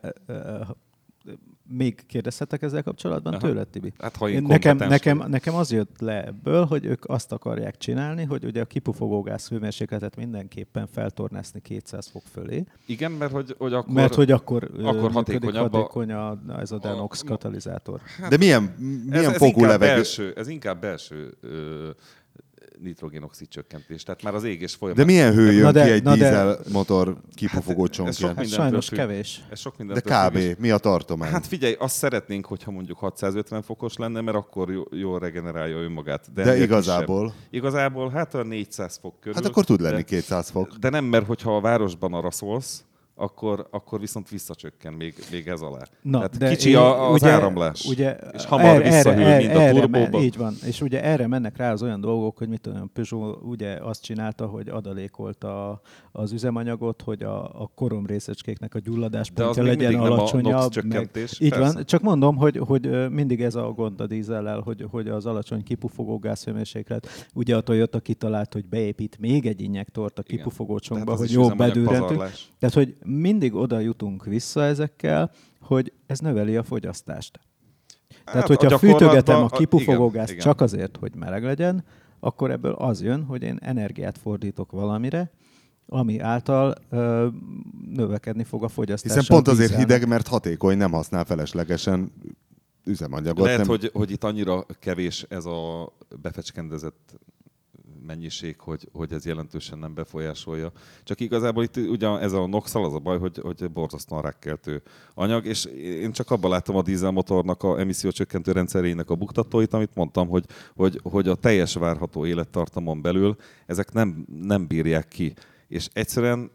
még kérdezhetek ezzel kapcsolatban tőled, Tibi? Hát, ha nekem az jött le ebből, hogy ők azt akarják csinálni, hogy ugye a kipufogógáz hőmérsékletet mindenképpen feltornászni 200 fok fölé. Igen, mert hogy akkor hatékony ez a Denox katalizátor. Hát, de milyen fokú levegő? Ez inkább belső nitrogén-oxid csökkentés. Tehát már az égés folyamat. De milyen hő jön ki egy dízelmotor kipufogó csonkján? Hát sajnos kevés. De kb. Mi a tartomány? Hát figyelj, azt szeretnénk, hogyha mondjuk 650 fokos lenne, mert akkor jól regenerálja önmagát. De igazából? Kisebb. Igazából hát a 400 fok körül. Hát akkor tud lenni 200 fok. De nem, mert hogyha a városban arra szólsz, akkor viszont visszacsökken még ez alá. Tehát kicsi az áramlás, és hamar visszahűl, mint a turbóban. Így van, és ugye erre mennek rá az olyan dolgok, hogy mit tudom, Peugeot ugye azt csinálta, hogy adalékolta az üzemanyagot, hogy a koromrészecskéknek a gyulladáspontja legyen alacsonyabb. Így van, csak mondom, hogy mindig ez a gond a dízellel, hogy az alacsony kipufogó gázhőmérséklet. Ugye a Toyota kitalált, hogy beépít még egy injektort a kipufogó csonkba, hogy jobb bedőrentünk. Tehát, hogy mindig oda jutunk vissza ezekkel, hogy ez növeli a fogyasztást. Tehát, hogyha fűtögetem a kipufogógázt csak azért, hogy meleg legyen, akkor ebből az jön, hogy én energiát fordítok valamire, ami által növekedni fog a fogyasztás. Hiszen pont azért hideg, mert hatékony, nem használ feleslegesen üzemanyagot. Lehet, hogy itt annyira kevés ez a befecskendezett mennyiség, hogy ez jelentősen nem befolyásolja. Csak igazából itt ugyan ez a NOx-szal az a baj, hogy borzasztóan rákkeltő anyag, és én csak abban látom a dízelmotornak a emissziócsökkentő rendszerének a buktatóit, amit mondtam, hogy a teljes várható élettartamon belül ezek nem bírják ki. És egyszerűen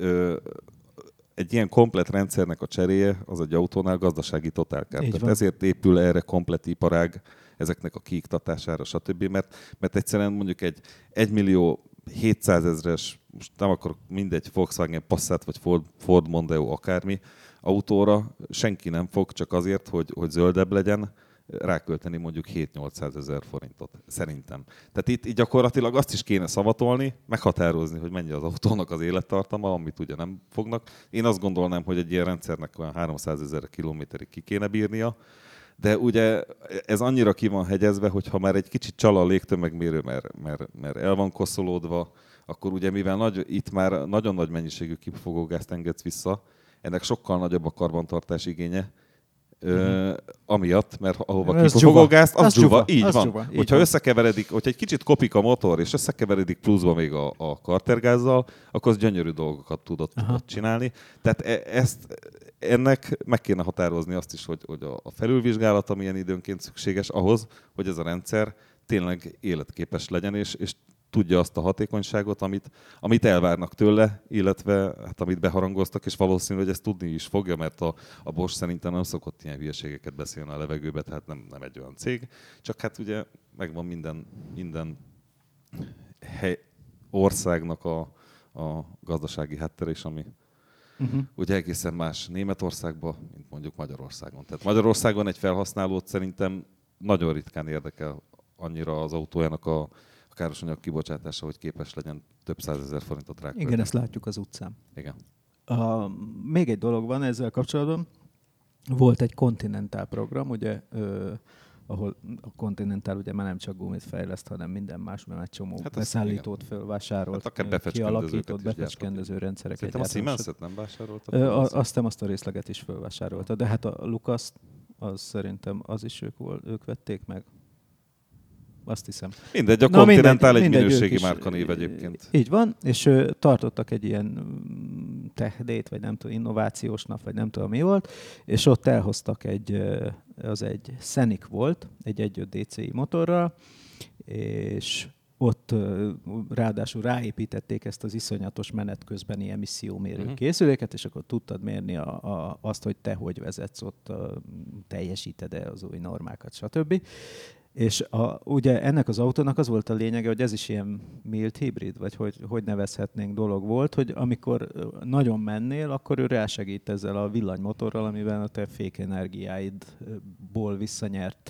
egy ilyen komplett rendszernek a cseréje az egy autónál gazdasági totálkár. Tehát ezért épül erre komplett iparág, ezeknek a kiiktatására, stb. Mert egyszerűen mondjuk egy 1.700.000-es, most nem akarok mindegy Volkswagen Passat, vagy Ford Mondeo akármi, autóra senki nem fog csak azért, hogy zöldebb legyen, rákölteni mondjuk 7-800 ezer forintot, szerintem. Tehát itt gyakorlatilag azt is kéne szavatolni, meghatározni, hogy mennyi az autónak az élettartama, amit ugye nem fognak. Én azt gondolnám, hogy egy ilyen rendszernek olyan 300 ezer kilométerig ki kéne bírnia, de ugye ez annyira ki van hegyezve, hogy ha már egy kicsit csal a légtömegmérő, mert el van koszolódva, akkor ugye mivel itt már nagyon nagy mennyiségű kipufogógázt engedsz vissza, ennek sokkal nagyobb a karbantartás igénye, amiatt, mert ahova kipufogógázt, az dzsuva. Így van. Hogyha összekeveredik, hogyha egy kicsit kopik a motor, és összekeveredik pluszba még a kartergázzal, akkor az gyönyörű dolgokat tudott csinálni. Tehát ennek meg kéne határozni azt is, hogy a felülvizsgálat, amilyen időnként szükséges ahhoz, hogy ez a rendszer tényleg életképes legyen, és tudja azt a hatékonyságot, amit elvárnak tőle, illetve hát, amit beharangoztak, és valószínű, hogy ezt tudni is fogja, mert a Bosch szerintem nem szokott ilyen hülyeségeket beszélni a levegőbe, tehát nem egy olyan cég. Csak hát ugye megvan minden országnak a gazdasági háttere is, ami ugye egészen más Németországban, mint mondjuk Magyarországon. Tehát Magyarországon egy felhasználót szerintem nagyon ritkán érdekel annyira az autójának a károsanyag kibocsátása, hogy képes legyen több 100 000 forintot rákölteni. Igen, ezt látjuk az utcán. Igen. Még egy dolog van ezzel kapcsolatban. Volt egy Continental program, ugye, ahol a Continental ugye már nem csak gumit fejleszt, hanem minden más, mert egy csomó beszállítót fölvásárolt, kialakított, befecskendező rendszereket. Szerintem a Siemens-et nem vásárolta? Azt a részleget is fölvásárolta, de hát a Lucas, az szerintem az is ők vették meg. Azt hiszem. Mindegy, a Continental egy minőségi márkanév egyébként. Így van, és tartottak egy ilyen tech day-t, vagy nem tudom, innovációs nap, vagy nem tudom mi volt, és ott elhoztak az egy Scenic volt, egy 1.5 DCI motorral, és ott ráadásul ráépítették ezt az iszonyatos menet közbeni emissziómérő készüléket, és akkor tudtad mérni azt, hogy te hogy vezetsz ott, teljesíted-e az új normákat, stb. És ugye ennek az autónak az volt a lényege, hogy ez is ilyen mild hibrid, vagy hogy nevezhetnénk dolog volt, hogy amikor nagyon mennél, akkor ő rásegít ezzel a villanymotorral, amiben a te fékenergiáidból visszanyert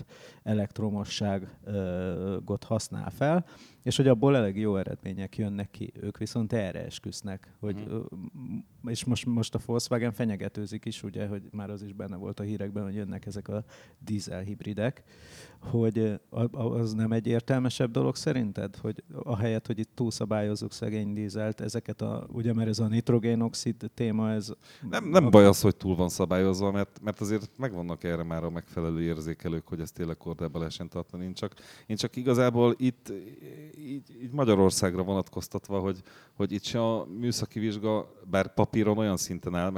elektromosságot használ fel, és hogy abból elég jó eredmények jönnek ki. Ők viszont erre esküsznek. És most a Volkswagen fenyegetőzik is, ugye, hogy már az is benne volt a hírekben, hogy jönnek ezek a dízel hibridek, hogy az nem egy értelmesebb dolog szerinted? Hogy ahelyett, hogy itt túlszabályozzuk szegény dízelt, ezeket ugye mert ez a nitrogénoxid téma, ez... Nem baj az, hogy túl van szabályozva, mert azért megvannak erre már a megfelelő érzékelők, hogy ezt tényleg kordába lehessen tartani. Én csak igazából itt így Magyarországra vonatkoztatva, hogy itt se a műszaki vizsga, bár papíron olyan szinten áll,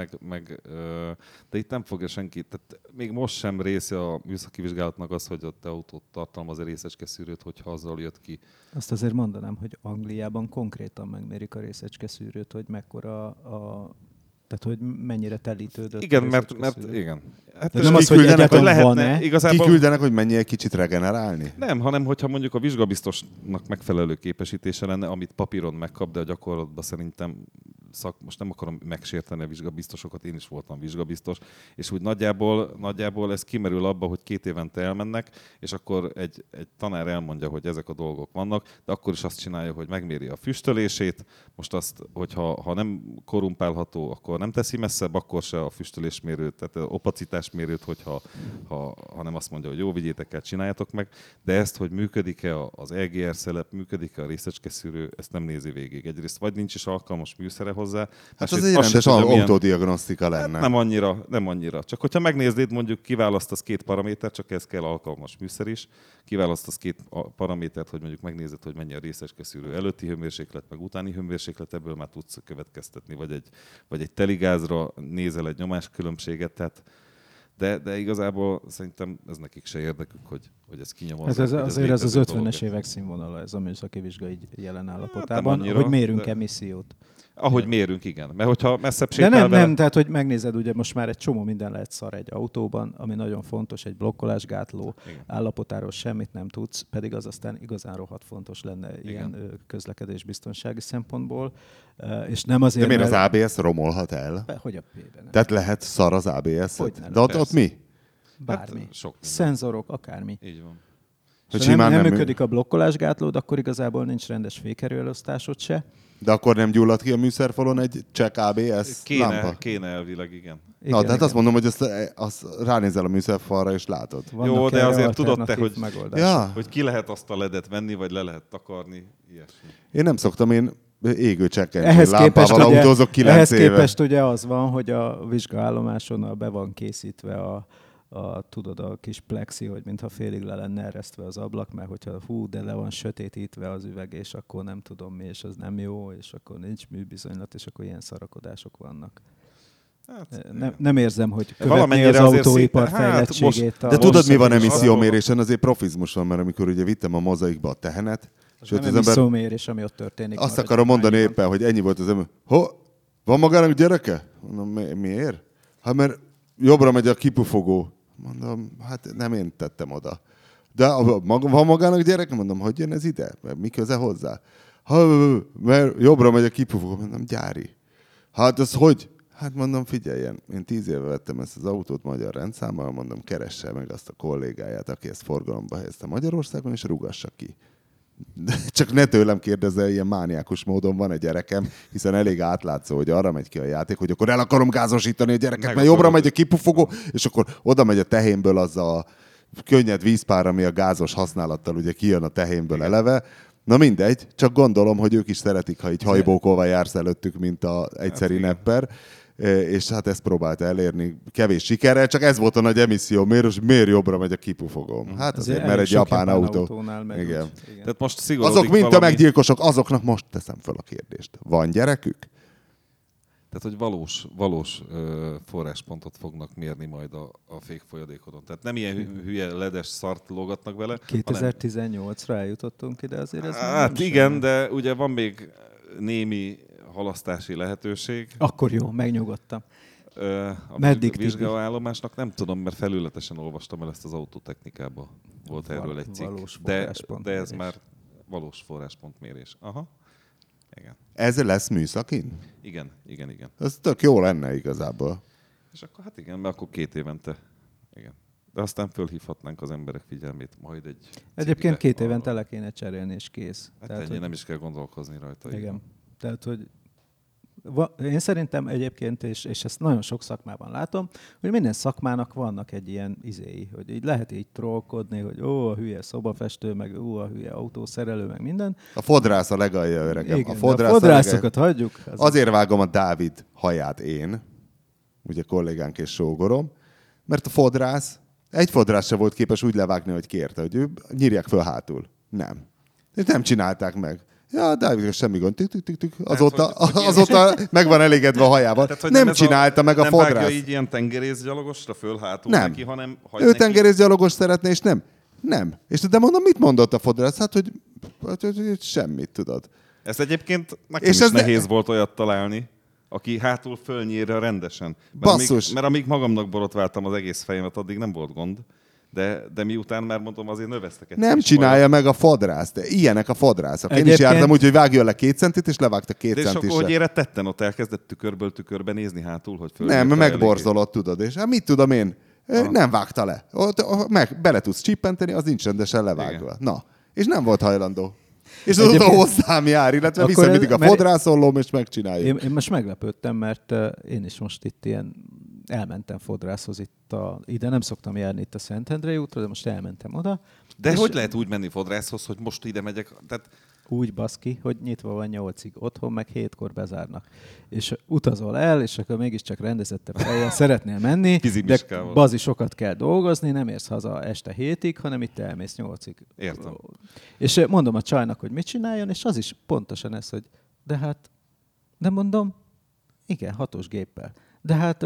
de itt nem fogja senki. Tehát még most sem része a műszaki vizsgálatnak az, hogy a te autót tartalmaz-e részecskeszűrőt, hogyha azzal jött ki. Azt azért mondanám, hogy Angliában konkrétan megmérik a részecskeszűrőt, hogy mekkora tehát, hogy mennyire telítődött. Igen, mert igen. Hát nem az, hogy lehetne, igazából... Kiküldenek, hogy mennyire kicsit regenerálni? Nem, hanem hogyha mondjuk a vizsgabiztosnak megfelelő képesítése lenne, amit papíron megkap, de a gyakorlatban szerintem most nem akarom megsérteni a vizsgabiztosokat, én is voltam vizsgabiztos, és úgy nagyjából ez kimerül abba, hogy 2 évente elmennek, és akkor egy tanár elmondja, hogy ezek a dolgok vannak, de akkor is azt csinálja, hogy megméri a füstölését, most azt, hogyha nem korrumpálható, akkor nem teszi messzebb, akkor se a füstölésmérőt, tehát opacitásmérőt, hogyha nem azt mondja, hogy jó, vigyétek el, csináljátok meg, de ezt, hogy működik-e az EGR szelep, működik-e a részecskeszűrő, ezt nem nézi végig. Egyrészt vagy nincs is alkalmas műszere hozzá. Hát az egy rendes autodiagnosztika lenne. Nem annyira. Csak hogyha megnéznéd, mondjuk kiválasztasz 2 paramétert, csak ez kell alkalmas műszer is, kiválasztasz 2 paramétert, hogy mondjuk megnézed, hogy mennyi a részecskeszűrő előtti hőmérséklet, meg utáni hőmérséklet, ebből már tudsz következtetni, vagy egy teligázra nézel egy nyomáskülönbséget, tehát De igazából szerintem ez nekik se érdekük, hogy ez kinyomozzák. Ez azért ez az 50-es évek színvonala, ez a műszaki vizsga így jelen állapotában, annyira, hogy mérünk emissziót. Ahogy mérünk, igen. Mert hogyha messzebb De sétál nem, tehát hogy megnézed, ugye most már egy csomó minden lehet szar egy autóban, ami nagyon fontos, egy blokkolásgátló állapotáról semmit nem tudsz, pedig az aztán igazán rohadt fontos lenne ilyen közlekedésbiztonsági szempontból. És nem azért, de miért az ABS romolhat el? Hogy a P-ben? Tehát lehet szar az ABS? De ott mi? Bármi. Hát, sok szenzorok, akármi. Így van. Ha nem működik a blokkolásgátlód, akkor igazából nincs rendes fékerőelosztásod se. De akkor nem gyullad ki a műszerfalon egy check ABS lámpa? Kéne elvileg, igen. Na, tehát azt mondom, hogy azt ránézel a műszerfalra és látod. Vannak jó, de azért tudod te, hogy ki lehet azt a ledet venni, vagy le lehet takarni, ilyesmi. Én nem szoktam, én égő csekkencsű lámpával autózok 9 éve. Ehhez képest ugye az van, hogy a vizsgaállomáson be van készítve tudod, a kis plexi, hogy mintha félig le lenne eresztve az ablak, mert hogyha de le van sötétítve az üveg, és akkor nem tudom mi, és az nem jó, és akkor nincs műbizonylat, és akkor ilyen szarakodások vannak. Hát, nem érzem, hogy követné az autóipar fejlettségét. De tudod, mi van emissziómérésen? Azért profizmus van, mert amikor ugye vittem a mozaikba a tehenet, és nem emissziómérés, ami ott történik. Azt akarom mondani éppen, hogy ennyi volt az ember. Van magának gyereke? Mondom, miért? Hát mert jobbra megy a kipufogó. Mondom, hát nem én tettem oda. De van magának gyereke? Mondom, hogy jön ez ide? Mi köze hozzá? Mert jobbra megy a kipufogó. Mondom, gyári. Hát ez hogy? Hát mondom, figyeljen, én 10 éve vettem ezt az autót magyar rendszámmal, mondom, keresse meg azt a kollégáját, aki ezt forgalomba helyezte Magyarországon, és rugassa ki. Csak ne tőlem kérdezze, ilyen mániákus módon van egy gyerekem, hiszen elég átlátszó, hogy arra megy ki a játék, hogy akkor el akarom gázosítani a gyereket, mert jobbra megy a kipufogó, és akkor oda megy a tehénből az a könnyed vízpár, ami a gázos használattal ugye kijön a tehénből eleve. Na mindegy, csak gondolom, hogy ők is szeretik, ha így hajbókolva jársz előttük, mint az egyszeri nepper. És hát ezt próbálta elérni kevés sikerrel, csak ez volt a nagy emisszió, miért jobbra megy a kipufogóm? Hát azért, mert egy japán autó. Igen. Tehát most azok mint a meggyilkosok, azoknak most teszem fel a kérdést. Van gyerekük? Tehát, hogy valós forráspontot fognak mérni majd a fékfolyadékodon. Tehát nem ilyen hülye ledes szart lógatnak vele. 2018-ra eljutottunk ide azért. Ez hát igen, sem. De ugye van még némi halasztási lehetőség. Akkor jó, megnyugodtam. A vizsgálóállomásnak nem tudom, mert felületesen olvastam el ezt az autótechnikában. Volt erről egy cikk. De ez már valós forráspontmérés. Aha. Igen. Ez lesz műszakin? Igen. Ez tök jó lenne igazából. És akkor hát igen, mert akkor 2 évente. Igen. De aztán fölhívhatnánk az emberek figyelmét majd egy... Egyébként 2 évente le kéne cserélni, és kész. Hát tehát, ennyi nem is kell gondolkozni rajta. Igen. Tehát, hogy én szerintem egyébként, és ezt nagyon sok szakmában látom, hogy minden szakmának vannak egy ilyen izéi, hogy így lehet így trollkodni, hogy a hülye szobafestő, meg a hülye autószerelő, meg minden. A fodrász a legalja, öregem. Igen, a fodrászokat hagyjuk. Azért vágom a Dávid haját én, ugye kollégánk és sógorom, mert a fodrász, egy fodrász se volt képes úgy levágni, hogy kérte, hogy ő nyírják föl hátul. Nem. És nem csinálták meg. Ja, Dávid, semmi gond. Tük. Azóta meg van elégedve a hajával. Tehát, nem csinálta meg a fodrász. Nem vágja így ilyen tengerészgyalogosra föl hátul nem. Neki, hanem hagy neki. Ő tengerészgyalogos szeretne, és nem. És de mondom, mit mondott a fodrász? Hát, hogy semmit, tudod. Ez egyébként nekem is nehéz volt olyat találni, aki hátul fölnyírja rendesen. Mert amíg magamnak borotváltam az egész fejemet, addig nem volt gond. De miután már mondom, azért növeztek egy nem csinálja meg a fodrász, de ilyenek a fodrászok. Én is jártam úgy, hogy vágjon le 2 centit, és levágta 2 centisre. De és akkor, hogy érett tetten, ott elkezdett tükörbe nézni hátul, hogy föl. Nem, megborzolott, tudod. És hát mit tudom én? Nem vágta le. Bele tudsz csippenteni, az nincs rendesen levágva. Igen. Na, és nem volt hajlandó. És azóta hozzám jár, illetve viszem mindig a fodrászollóm, és megcsináljuk. Én most meglepődtem, mert én is most itt elmentem fodrászhoz ide nem szoktam járni itt a Szentendrei útra, de most elmentem oda. De hogy lehet úgy menni fodrászhoz, hogy most ide megyek? Tehát... Úgy baszki, hogy nyitva van 8-ig, otthon meg 7-kor bezárnak. És utazol el, és akkor mégiscsak rendezettebb fejjel szeretnél menni, de bazi sokat kell dolgozni, nem érsz haza este 7-ig, hanem itt elmész 8-ig. Értem. És mondom a csajnak, hogy mit csináljon, és az is pontosan ez, hogy de mondom, igen, 6-os géppel. De hát,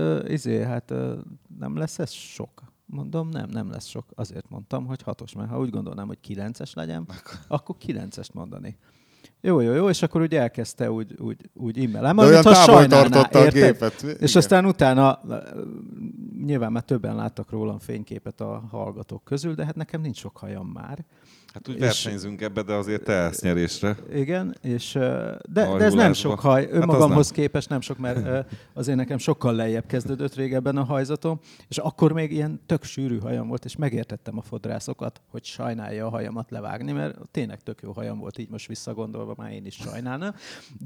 nem lesz ez sok. Mondom, nem lesz sok. Azért mondtam, hogy 6-os, mert ha úgy gondolnám, hogy 9-es legyen, akkor 9-est mondani. Jó, és akkor úgy elkezdte úgy immelem. De olyan távol tartotta a gépet. És igen. Aztán utána, nyilván már többen láttak rólam fényképet a hallgatók közül, de hát nekem nincs sok hajam már. Hát úgy versenyzünk ebbe, de azért te elsz nyerésre. Igen, de ez nem sok haj. Önmagamhoz képest nem sok, mert azért nekem sokkal lejjebb kezdődött régebben a hajzatom, és akkor még ilyen tök sűrű hajam volt, és megértettem a fodrászokat, hogy sajnálja a hajamat levágni, mert tényleg tök jó hajam volt, így most visszagondolva már én is sajnálnám.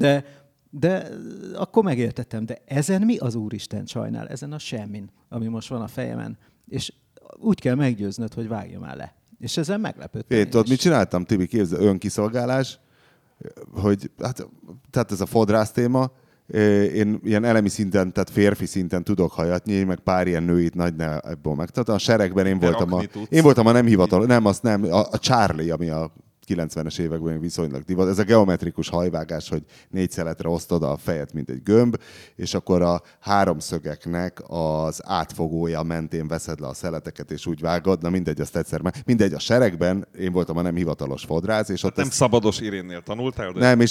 De akkor megértettem, de ezen mi az Úristen sajnál? Ezen a semmin, ami most van a fejemen. És úgy kell meggyőznöd, hogy vágja már le. És ezen meglepődtem. Én tudod, mit csináltam, Tibi? Képzel, önkiszolgálás, hogy tehát ez a fodrász téma, én ilyen elemi szinten, tehát férfi szinten tudok hajat nyílni, meg pár ilyen nőit nagy ne ebből meg. Tehát a seregben én voltam a nem hivatalos, a Charlie, ami a 90-es években viszonylag divat. Ez a geometrikus hajvágás, hogy 4 szeletre osztod a fejet, mint egy gömb, és akkor a háromszögeknek az átfogója mentén veszed le a szeleteket, és úgy vágod. Na mindegy, azt egyszer meg. Mindegy, a seregben én voltam a nem hivatalos fodrász, és ott nem Szabados Irénnél tanultál? De... Nem, és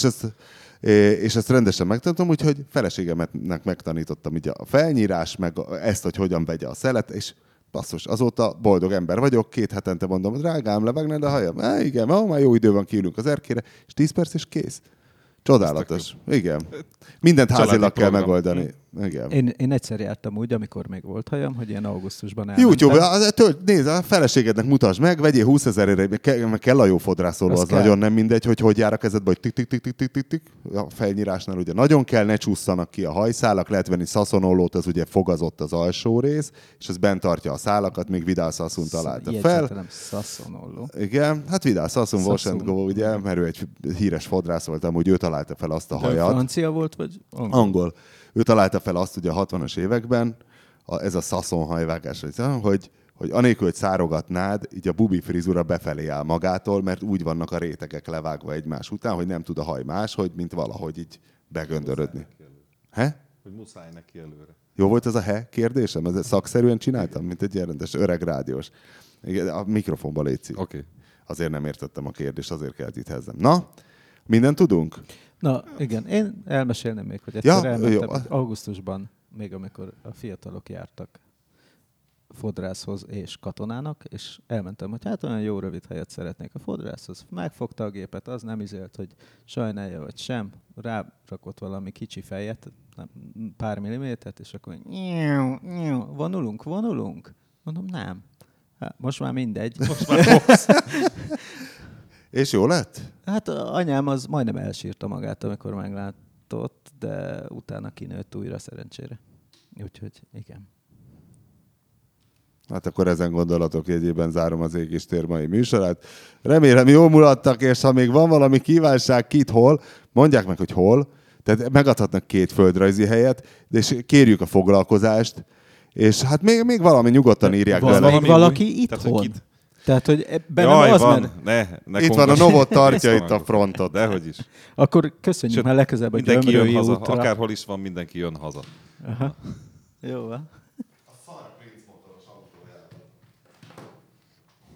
ezt rendesen megtanultam, úgyhogy feleségemnek megtanítottam így a felnyírás, meg ezt, hogy hogyan vegye a szelet, és basszus, azóta boldog ember vagyok, 2 hetente mondom, drágám, levágnád a hajam? Igen, már jó idő van, kiülünk az erkére, és 10 perc és kész. Csodálatos. Igen. Mindent házilag kell megoldani. Igen. Én egyszer jártam úgy, amikor még volt hajam, hogy ilyen augusztusban elmentem. YouTube, nézd, a feleségednek mutasd meg, vegyél 20 000-ére, meg kell a jó fodrászoló, az nagyon nem mindegy, hogy jár a kezedbe, hogy tik-tik-tik-tik-tik-tik. A felnyírásnál ugye nagyon kell, ne csúszanak ki a hajszálak, lehet venni szaszonollót, az ugye fogazott az alsó rész, és ez bent tartja a szálakat, még Vidal Sassoon találta fel. Nem szaszonolló. Igen, hát Vidal Sassoon, Washington, ugye, mert ő egy híres fodrász volt, amúgy ő találta fel azt a hajat. Francia volt, vagy angol? Ő találta fel azt ugye a 60-as években, ez a Sassoon hajvágás, hogy anélkül, hogy szárogatnád, így a bubi frizura befelé áll magától, mert úgy vannak a rétegek levágva egymás után, hogy nem tud a haj máshogy, mint valahogy így begöndörödni. Hogy muszáj neki előre. Jó volt ez a kérdésem? Ez szakszerűen csináltam, mint egy rendes öreg rádiós. A mikrofonba létszik. Okay. Azért nem értettem a kérdést, azért kellett itt hezzem. Na, mindent tudunk? Na, igen. Én elmesélném még, hogy egyszer elmentem augusztusban, még amikor a fiatalok jártak fodrászhoz és katonának, és elmentem, hogy hát olyan jó rövid helyet szeretnék a fodrászhoz. Megfogta a gépet, az nem izélt, hogy sajnálja vagy sem, rárakott valami kicsi fejet, pár millimétert, és akkor vonulunk. Mondom, nem. Hát, most már mindegy. Most már És jó lett? Hát anyám az majdnem elsírta magát, amikor meglátott, de utána kinőtt újra szerencsére. Úgyhogy igen. Hát akkor ezen gondolatok jegyében zárom az Égis tér mai műsorát. Remélem jól mulattak, és ha még van valami kívánság kit hol, mondják meg, hogy hol. Tehát megadhatnak 2 földrajzi helyet, de és kérjük a foglalkozást, és hát még valami nyugodtan írják bele. Még valaki itthon? Tehát, hogy bennem Jaj, az, van. mert... Ne itt van a Novot tartja itt a frontot. Dehogy is. Akkor köszönjük már legközelebb a Gyömrői útra. Akárhol is van, mindenki jön haza. Aha. Jó van.